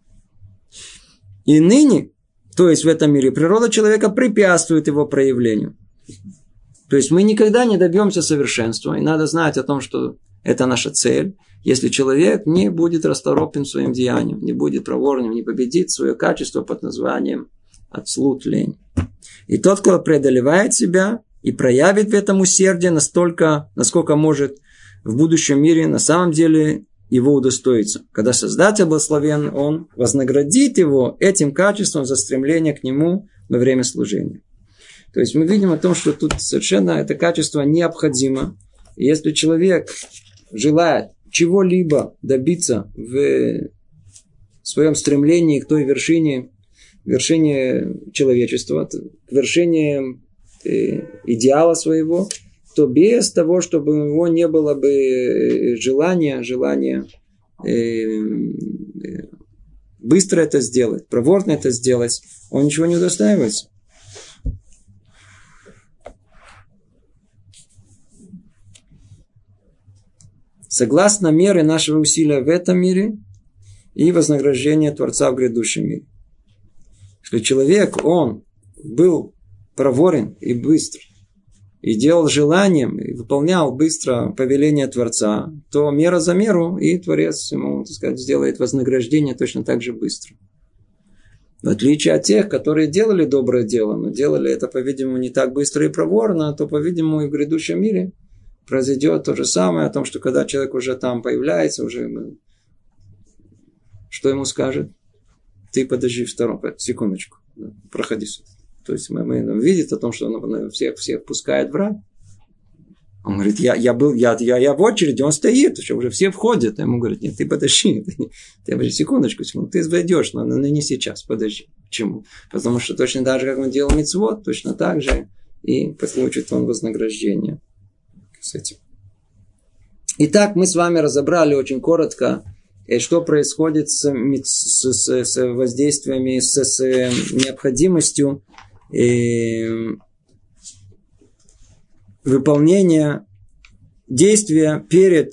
И ныне, то есть в этом мире, природа человека препятствует его проявлению. То есть мы никогда не добьемся совершенства. И надо знать о том, что это наша цель. Если человек не будет расторопен своим деянием, не будет проворным, не победит свое качество под названием отслут лень. И тот, кто преодолевает себя и проявит в этом усердие настолько, насколько может в будущем мире, на самом деле его удостоится. Когда Создатель благословен, он вознаградит его этим качеством за стремление к нему во время служения. То есть мы видим о том, что тут совершенно это качество необходимо. И если человек желает чего-либо добиться в своем стремлении к той вершине, вершине человечества, к вершине идеала своего, то без того, чтобы у него не было бы желания, желания э, быстро это сделать, проворно это сделать, он ничего не удостаивается. Согласно мере нашего усилия в этом мире и вознаграждения Творца в грядущем мире. Если человек, он был проворен и быстр, и делал желанием, и выполнял быстро повеление Творца, то мера за меру, и Творец ему, так сказать, сделает вознаграждение точно так же быстро. В отличие от тех, которые делали доброе дело, но делали это, по-видимому, не так быстро и проворно, то, по-видимому, и в грядущем мире произойдет то же самое, о том, что когда человек уже там появляется, уже что ему скажет? Ты подожди в сторону, секундочку, проходи сюда. То есть мы, мы видим о том, что он всех, всех пускает в рай. Он говорит, я, я был, я, я, я в очереди, он стоит, уже все входят. Ему говорят, нет, ты подожди, ты, ты подожди, секундочку, секундочку, ты войдешь, но, но не сейчас, подожди. Почему? Потому что точно так же, как он делал мицвот, точно так же и получит он вознаграждение с этим. Итак, мы с вами разобрали очень коротко, что происходит с, с, с, с воздействиями, с, с необходимостью выполнения действия перед,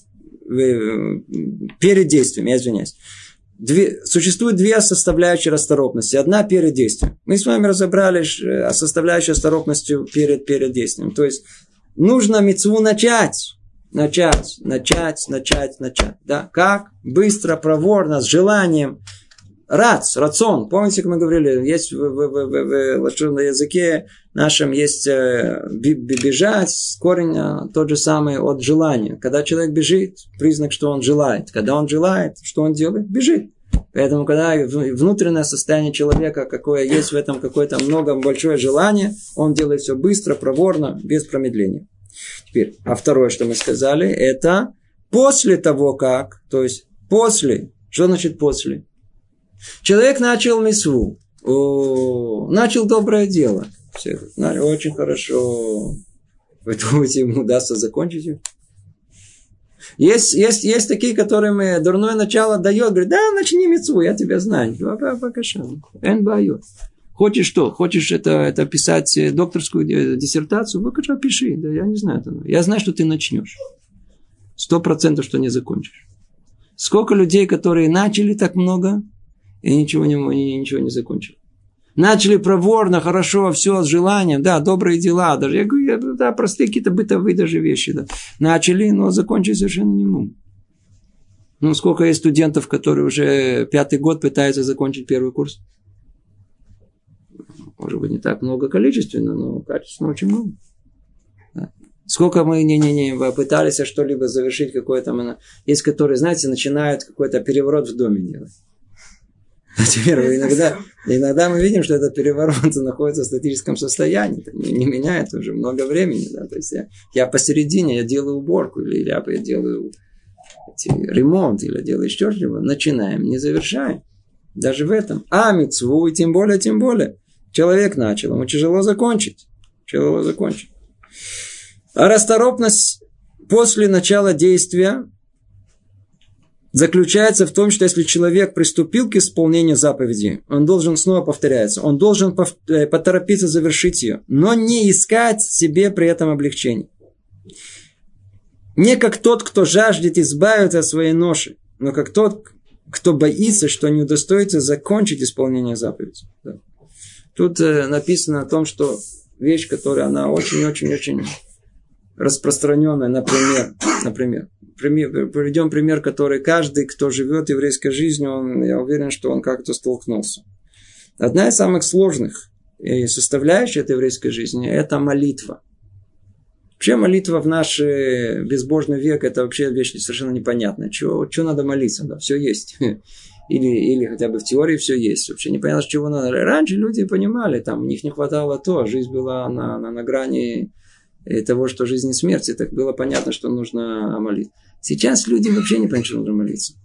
перед действием, я извиняюсь. Две, существует две составляющие расторопности. Одна перед действием. Мы с вами разобрали составляющую расторопностью перед, перед действием. То есть, нужно мицву начать. Начать, начать, начать, начать. Да? Как? Быстро, проворно, с желанием. Рац, рацион. Помните, как мы говорили, есть в, в, в, в, в, в, в языке нашем есть э, бежать, корень э, тот же самый от желания. Когда человек бежит, признак, что он желает. Когда он желает, что он делает? Бежит. Поэтому, когда внутреннее состояние человека, какое есть в этом какое-то много, большое желание, он делает все быстро, проворно, без промедления. Теперь, а второе, что мы сказали, это после того, как, то есть после, что значит после? Человек начал мицву, о, начал доброе дело. Все, очень хорошо. Вы думаете, ему удастся закончить его? Есть, есть, есть такие, которым дурное начало дает, говорит, да, начни мицву, я тебя знаю. Хочешь что? Хочешь это, это писать докторскую диссертацию? Покажи, пиши. Да, я не знаю. Это. Я знаю, что ты начнешь. Сто процентов, что не закончишь. Сколько людей, которые начали так много, и ничего не, ничего не закончили. Начали проворно, хорошо, все с желанием, да, добрые дела, даже, я говорю, да, простые какие-то бытовые даже вещи, да. Начали, но закончить совершенно не могут. Ну, сколько есть студентов, которые уже пятый год пытаются закончить первый курс? Может быть, не так много количественно, но качественно очень много. Да. Сколько мы не-не-не пытались что-либо завершить, какое-то, есть, которые, знаете, начинают какой-то переворот в доме делать. А теперь иногда, иногда мы видим, что этот переворот находится в статическом состоянии. Это не, не меняет уже много времени. Да? То есть я, я посередине, я делаю уборку, или я, я делаю эти, ремонт, или я делаю еще что-нибудь. Начинаем, не завершаем. Даже в этом. А мицву, и тем более, тем более. Человек начал, ему тяжело закончить. Тяжело закончить. А расторопность после начала действия заключается в том, что если человек приступил к исполнению заповеди, он должен, снова повторяется, он должен поторопиться завершить ее, но не искать себе при этом облегчения. Не как тот, кто жаждет избавиться от своей ноши, но как тот, кто боится, что не удостоится закончить исполнение заповеди. Тут написано о том, что вещь, которая она очень-очень-очень распространенная, например, например, приведем пример, который каждый, кто живет еврейской жизнью, он, я уверен, что он как-то столкнулся. Одна из самых сложных составляющих этой еврейской жизни – это молитва. Вообще молитва в наш безбожный век – это вообще вещь совершенно непонятная. Чего, чего надо молиться? Да, все есть. Или, или хотя бы в теории все есть. Вообще непонятно, с чего надо. Раньше люди понимали, там, у них не хватало то, жизнь была на, на, на грани того, что жизнь и смерть, так было понятно, что нужно молиться. Сейчас люди вообще не понимают, что нужно молиться.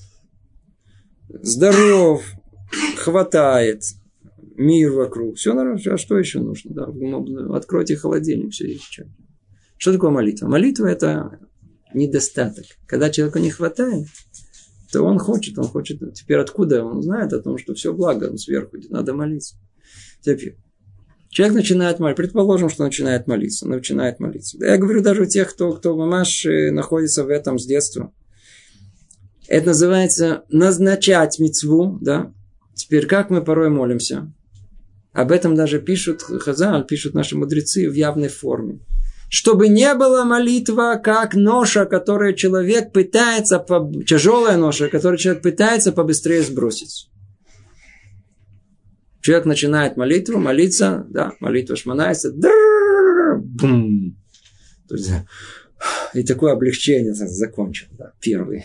Здоров, хватает, мир вокруг, все нормально, а что еще нужно? Да? Откройте холодильник, все есть. Что такое молитва? Молитва – это недостаток. Когда человеку не хватает, то он хочет, он хочет. Теперь откуда он знает о том, что все благо, он сверху, надо молиться. Теперь человек начинает молиться. Предположим, что начинает молиться. Начинает молиться. Я говорю даже у тех, кто, кто мамаш находится в этом с детства. Это называется назначать мицву. Да? Теперь как мы порой молимся? Об этом даже пишут Хазаль, пишут наши мудрецы в явной форме. Чтобы не была молитва, как ноша, которую человек пытается, по... тяжелая ноша, которую человек пытается побыстрее сбросить. Человек начинает молитву, молиться, да, молитва шманается, бум. И такое облегчение закончил, да, первый.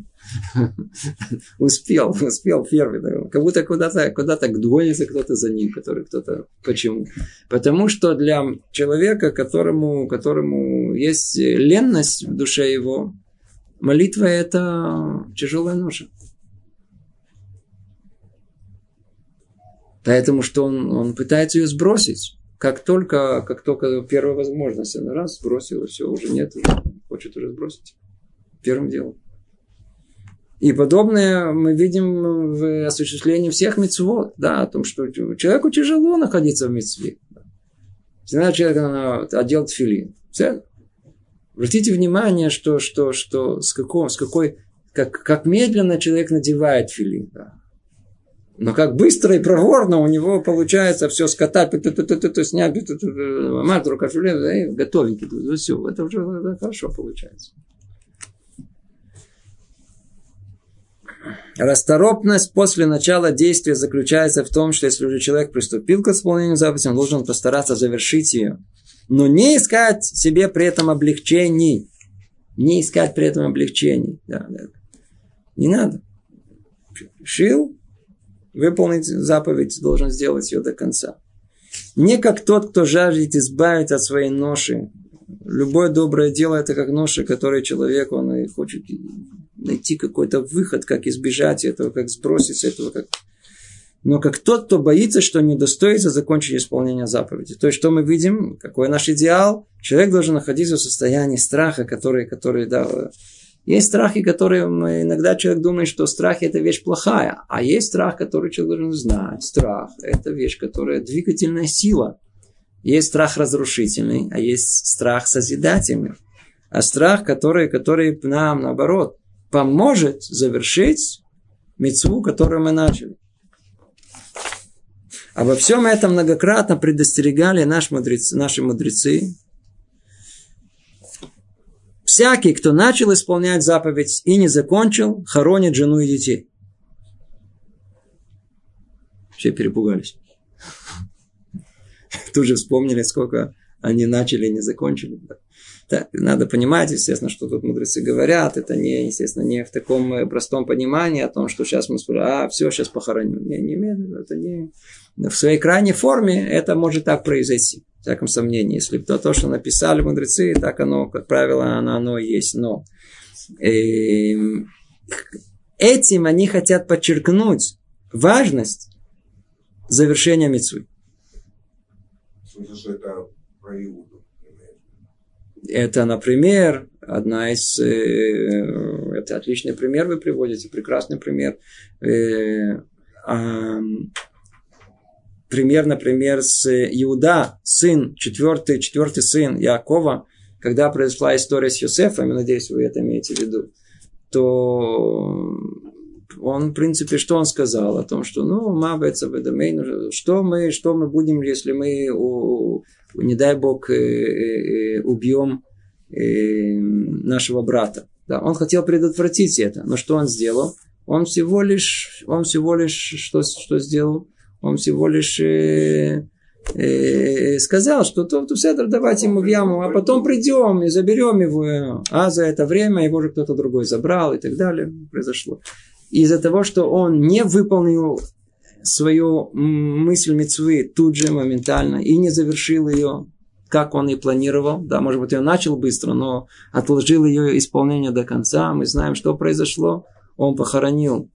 Успел, успел первый. Да. Как будто куда-то, куда-то гонится кто-то за ним, который кто-то... Почему? Потому что для человека, которому, которому есть ленность в душе его, молитва – это тяжелая ноша. Поэтому что он, он пытается ее сбросить. Как только, как только первая возможность, он раз сбросил, и все, уже нет, хочет уже сбросить. Первым делом. И подобное мы видим в осуществлении всех мицвот, да, о том, что человеку тяжело находиться в мицве. Снимает человек, одел тфилин. Обратите внимание, что, что, что с, какого, с какой, как, как медленно человек надевает тфилин. Да. Но как быстро и проворно у него получается все скатать, снять, мать, рука, готовенький. Все, это уже хорошо получается. Расторопность после начала действия заключается в том, что если уже человек приступил к исполнению заповеди, он должен постараться завершить ее. Но не искать себе при этом облегчений. Не искать при этом облегчений. Да, да. Не надо. Решил выполнить заповедь, должен сделать ее до конца. Не как тот, кто жаждет избавиться от своей ноши. Любое доброе дело – это как ноша, который человек, он и хочет найти какой-то выход, как избежать этого, как сбросить с этого. Как... Но как тот, кто боится, что не удостоится закончить исполнение заповеди. То есть, что мы видим, какой наш идеал? Человек должен находиться в состоянии страха, который, который да, есть страхи, которые мы, иногда человек думает, что страх – это вещь плохая. А есть страх, который человек должен знать. Страх – это вещь, которая двигательная сила. Есть страх разрушительный, а есть страх созидательный. А страх, который, который нам, наоборот, поможет завершить мицву, которую мы начали. Обо всем этом многократно предостерегали наши мудрецы, наши мудрецы. Всякий, кто начал исполнять заповедь и не закончил, хоронит жену и детей. Все перепугались. Тут же вспомнили, сколько они начали и не закончили. Так, надо понимать, естественно, что тут мудрецы говорят. Это не, естественно, не в таком простом понимании о том, что сейчас мы спрашиваем, а все, сейчас похороню. Не, не, это не... В своей крайней форме это может так произойти. В всяком сомнении. Если то, то, что написали мудрецы, так оно, как правило, оно, оно и есть. Но и этим они хотят подчеркнуть важность завершения мицвы. Что это про Иуду? Это, например, одна из... Э, это отличный пример вы приводите, прекрасный пример. Э, э, пример, например, с Иуда, сын, четвертый, четвертый сын Иакова, когда произошла история с Йосефом, я надеюсь, вы это имеете в виду, то он, в принципе, что он сказал? О том, что, ну, мабется, что мы, что мы будем, если мы, у, не дай Бог, убьем нашего брата. Да, он хотел предотвратить это, но что он сделал? Он всего лишь, он всего лишь, что, что сделал? Он всего лишь э, э, сказал, что то, то все, давайте ему в яму, а потом придем и заберем его. А за это время его же кто-то другой забрал и так далее. Произошло. Из-за того, что он не выполнил свою мысль мицвы тут же, моментально, и не завершил ее, как он и планировал. Да, может быть, он начал быстро, но отложил ее исполнение до конца. Мы знаем, что произошло. Он похоронил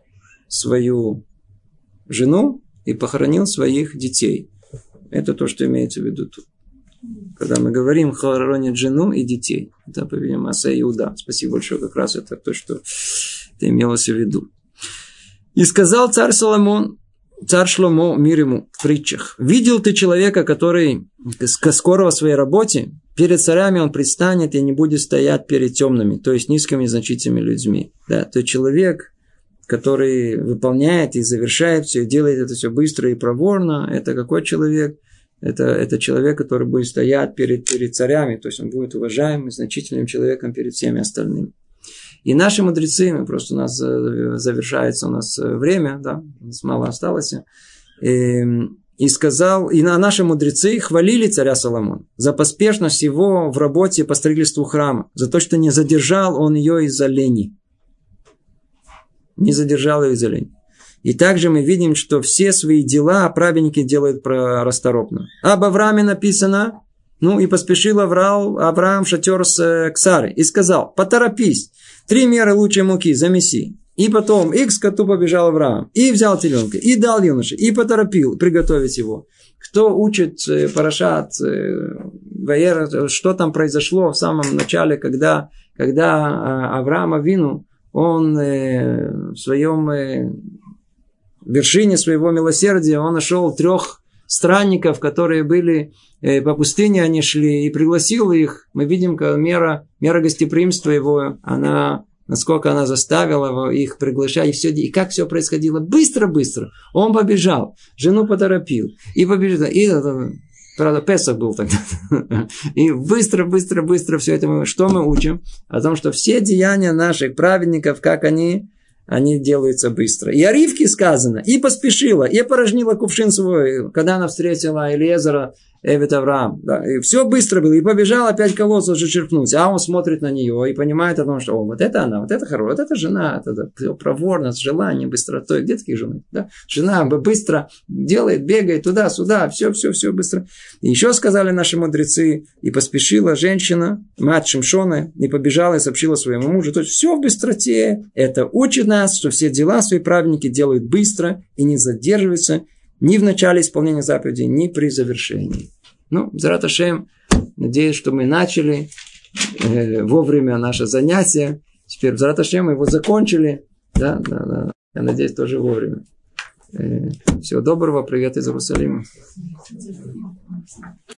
свою жену и похоронил своих детей. Это то, что имеется в виду тут. Когда мы говорим хоронит жену и детей. Это, по-видимому, Аса Иуда. Спасибо большое, как раз это то, что это имелось в виду. И сказал царь Соломон, царь Шломо, мир ему, в притчах. Видел ты человека, который скоро в своей работе, перед царями он предстанет и не будет стоять перед темными, то есть низкими, значительными людьми. Да, то есть человек, который выполняет и завершает все, делает это все быстро и проворно, это какой человек? Это, это человек, который будет стоять перед, перед царями, то есть он будет уважаемым, значительным человеком перед всеми остальными. И наши мудрецы, мы просто у нас завершается у нас время, да, у нас мало осталось, и, и сказал, и наши мудрецы хвалили царя Соломона за поспешность его в работе по строительству храма, за то, что не задержал он ее из-за лени. Не задержал ее из-за лени. И также мы видим, что все свои дела праведники делают расторопно. Об Аврааме написано, ну и поспешил Авраам, Авраам в шатер с, к Саре и сказал, поторопись, три меры лучшей муки замеси. И потом и к скоту побежал Авраам, и взял теленка, и дал юноше, и поторопил приготовить его. Кто учит Парашат, Ваер, что там произошло в самом начале, когда, когда Авраам Авину, он в своем... в вершине своего милосердия он нашел трех странников, которые были по пустыне, они шли, и пригласил их. Мы видим, как мера, мера гостеприимства его, она, насколько она заставила его, их приглашать, и, все, и как все происходило. Быстро-быстро. Он побежал, жену поторопил, и побежал. И, правда, Песах был тогда. И быстро-быстро-быстро все это мы... Что мы учим? О том, что все деяния наших праведников, как они... Они делаются быстро. И о Ривке сказано, и поспешила, и опорожнила кувшин свой, когда она встретила Элиезера, Эвет Авраам. Да, и все быстро было. И побежал опять колодца зачерпнуть. А он смотрит на нее и понимает о том, что о, вот это она, вот это хорошая, вот это жена, это, это проворность, желание, быстротой. Где такие жены? Да? Жена быстро делает, бегает туда-сюда, все-все-все быстро. И еще сказали наши мудрецы, и поспешила женщина, мать Шимшона, и побежала и сообщила своему мужу. То есть все в быстроте. Это учит нас, что все дела свои праведники делают быстро и не задерживаются ни в начале исполнения заповедей, ни при завершении. Ну, Б'эзрат Ашем, надеюсь, что мы начали э, вовремя наше занятие. Теперь Б'эзрат Ашем мы его закончили. Да, да, да. Я надеюсь, тоже вовремя. Э, всего доброго, привет из Иерусалима.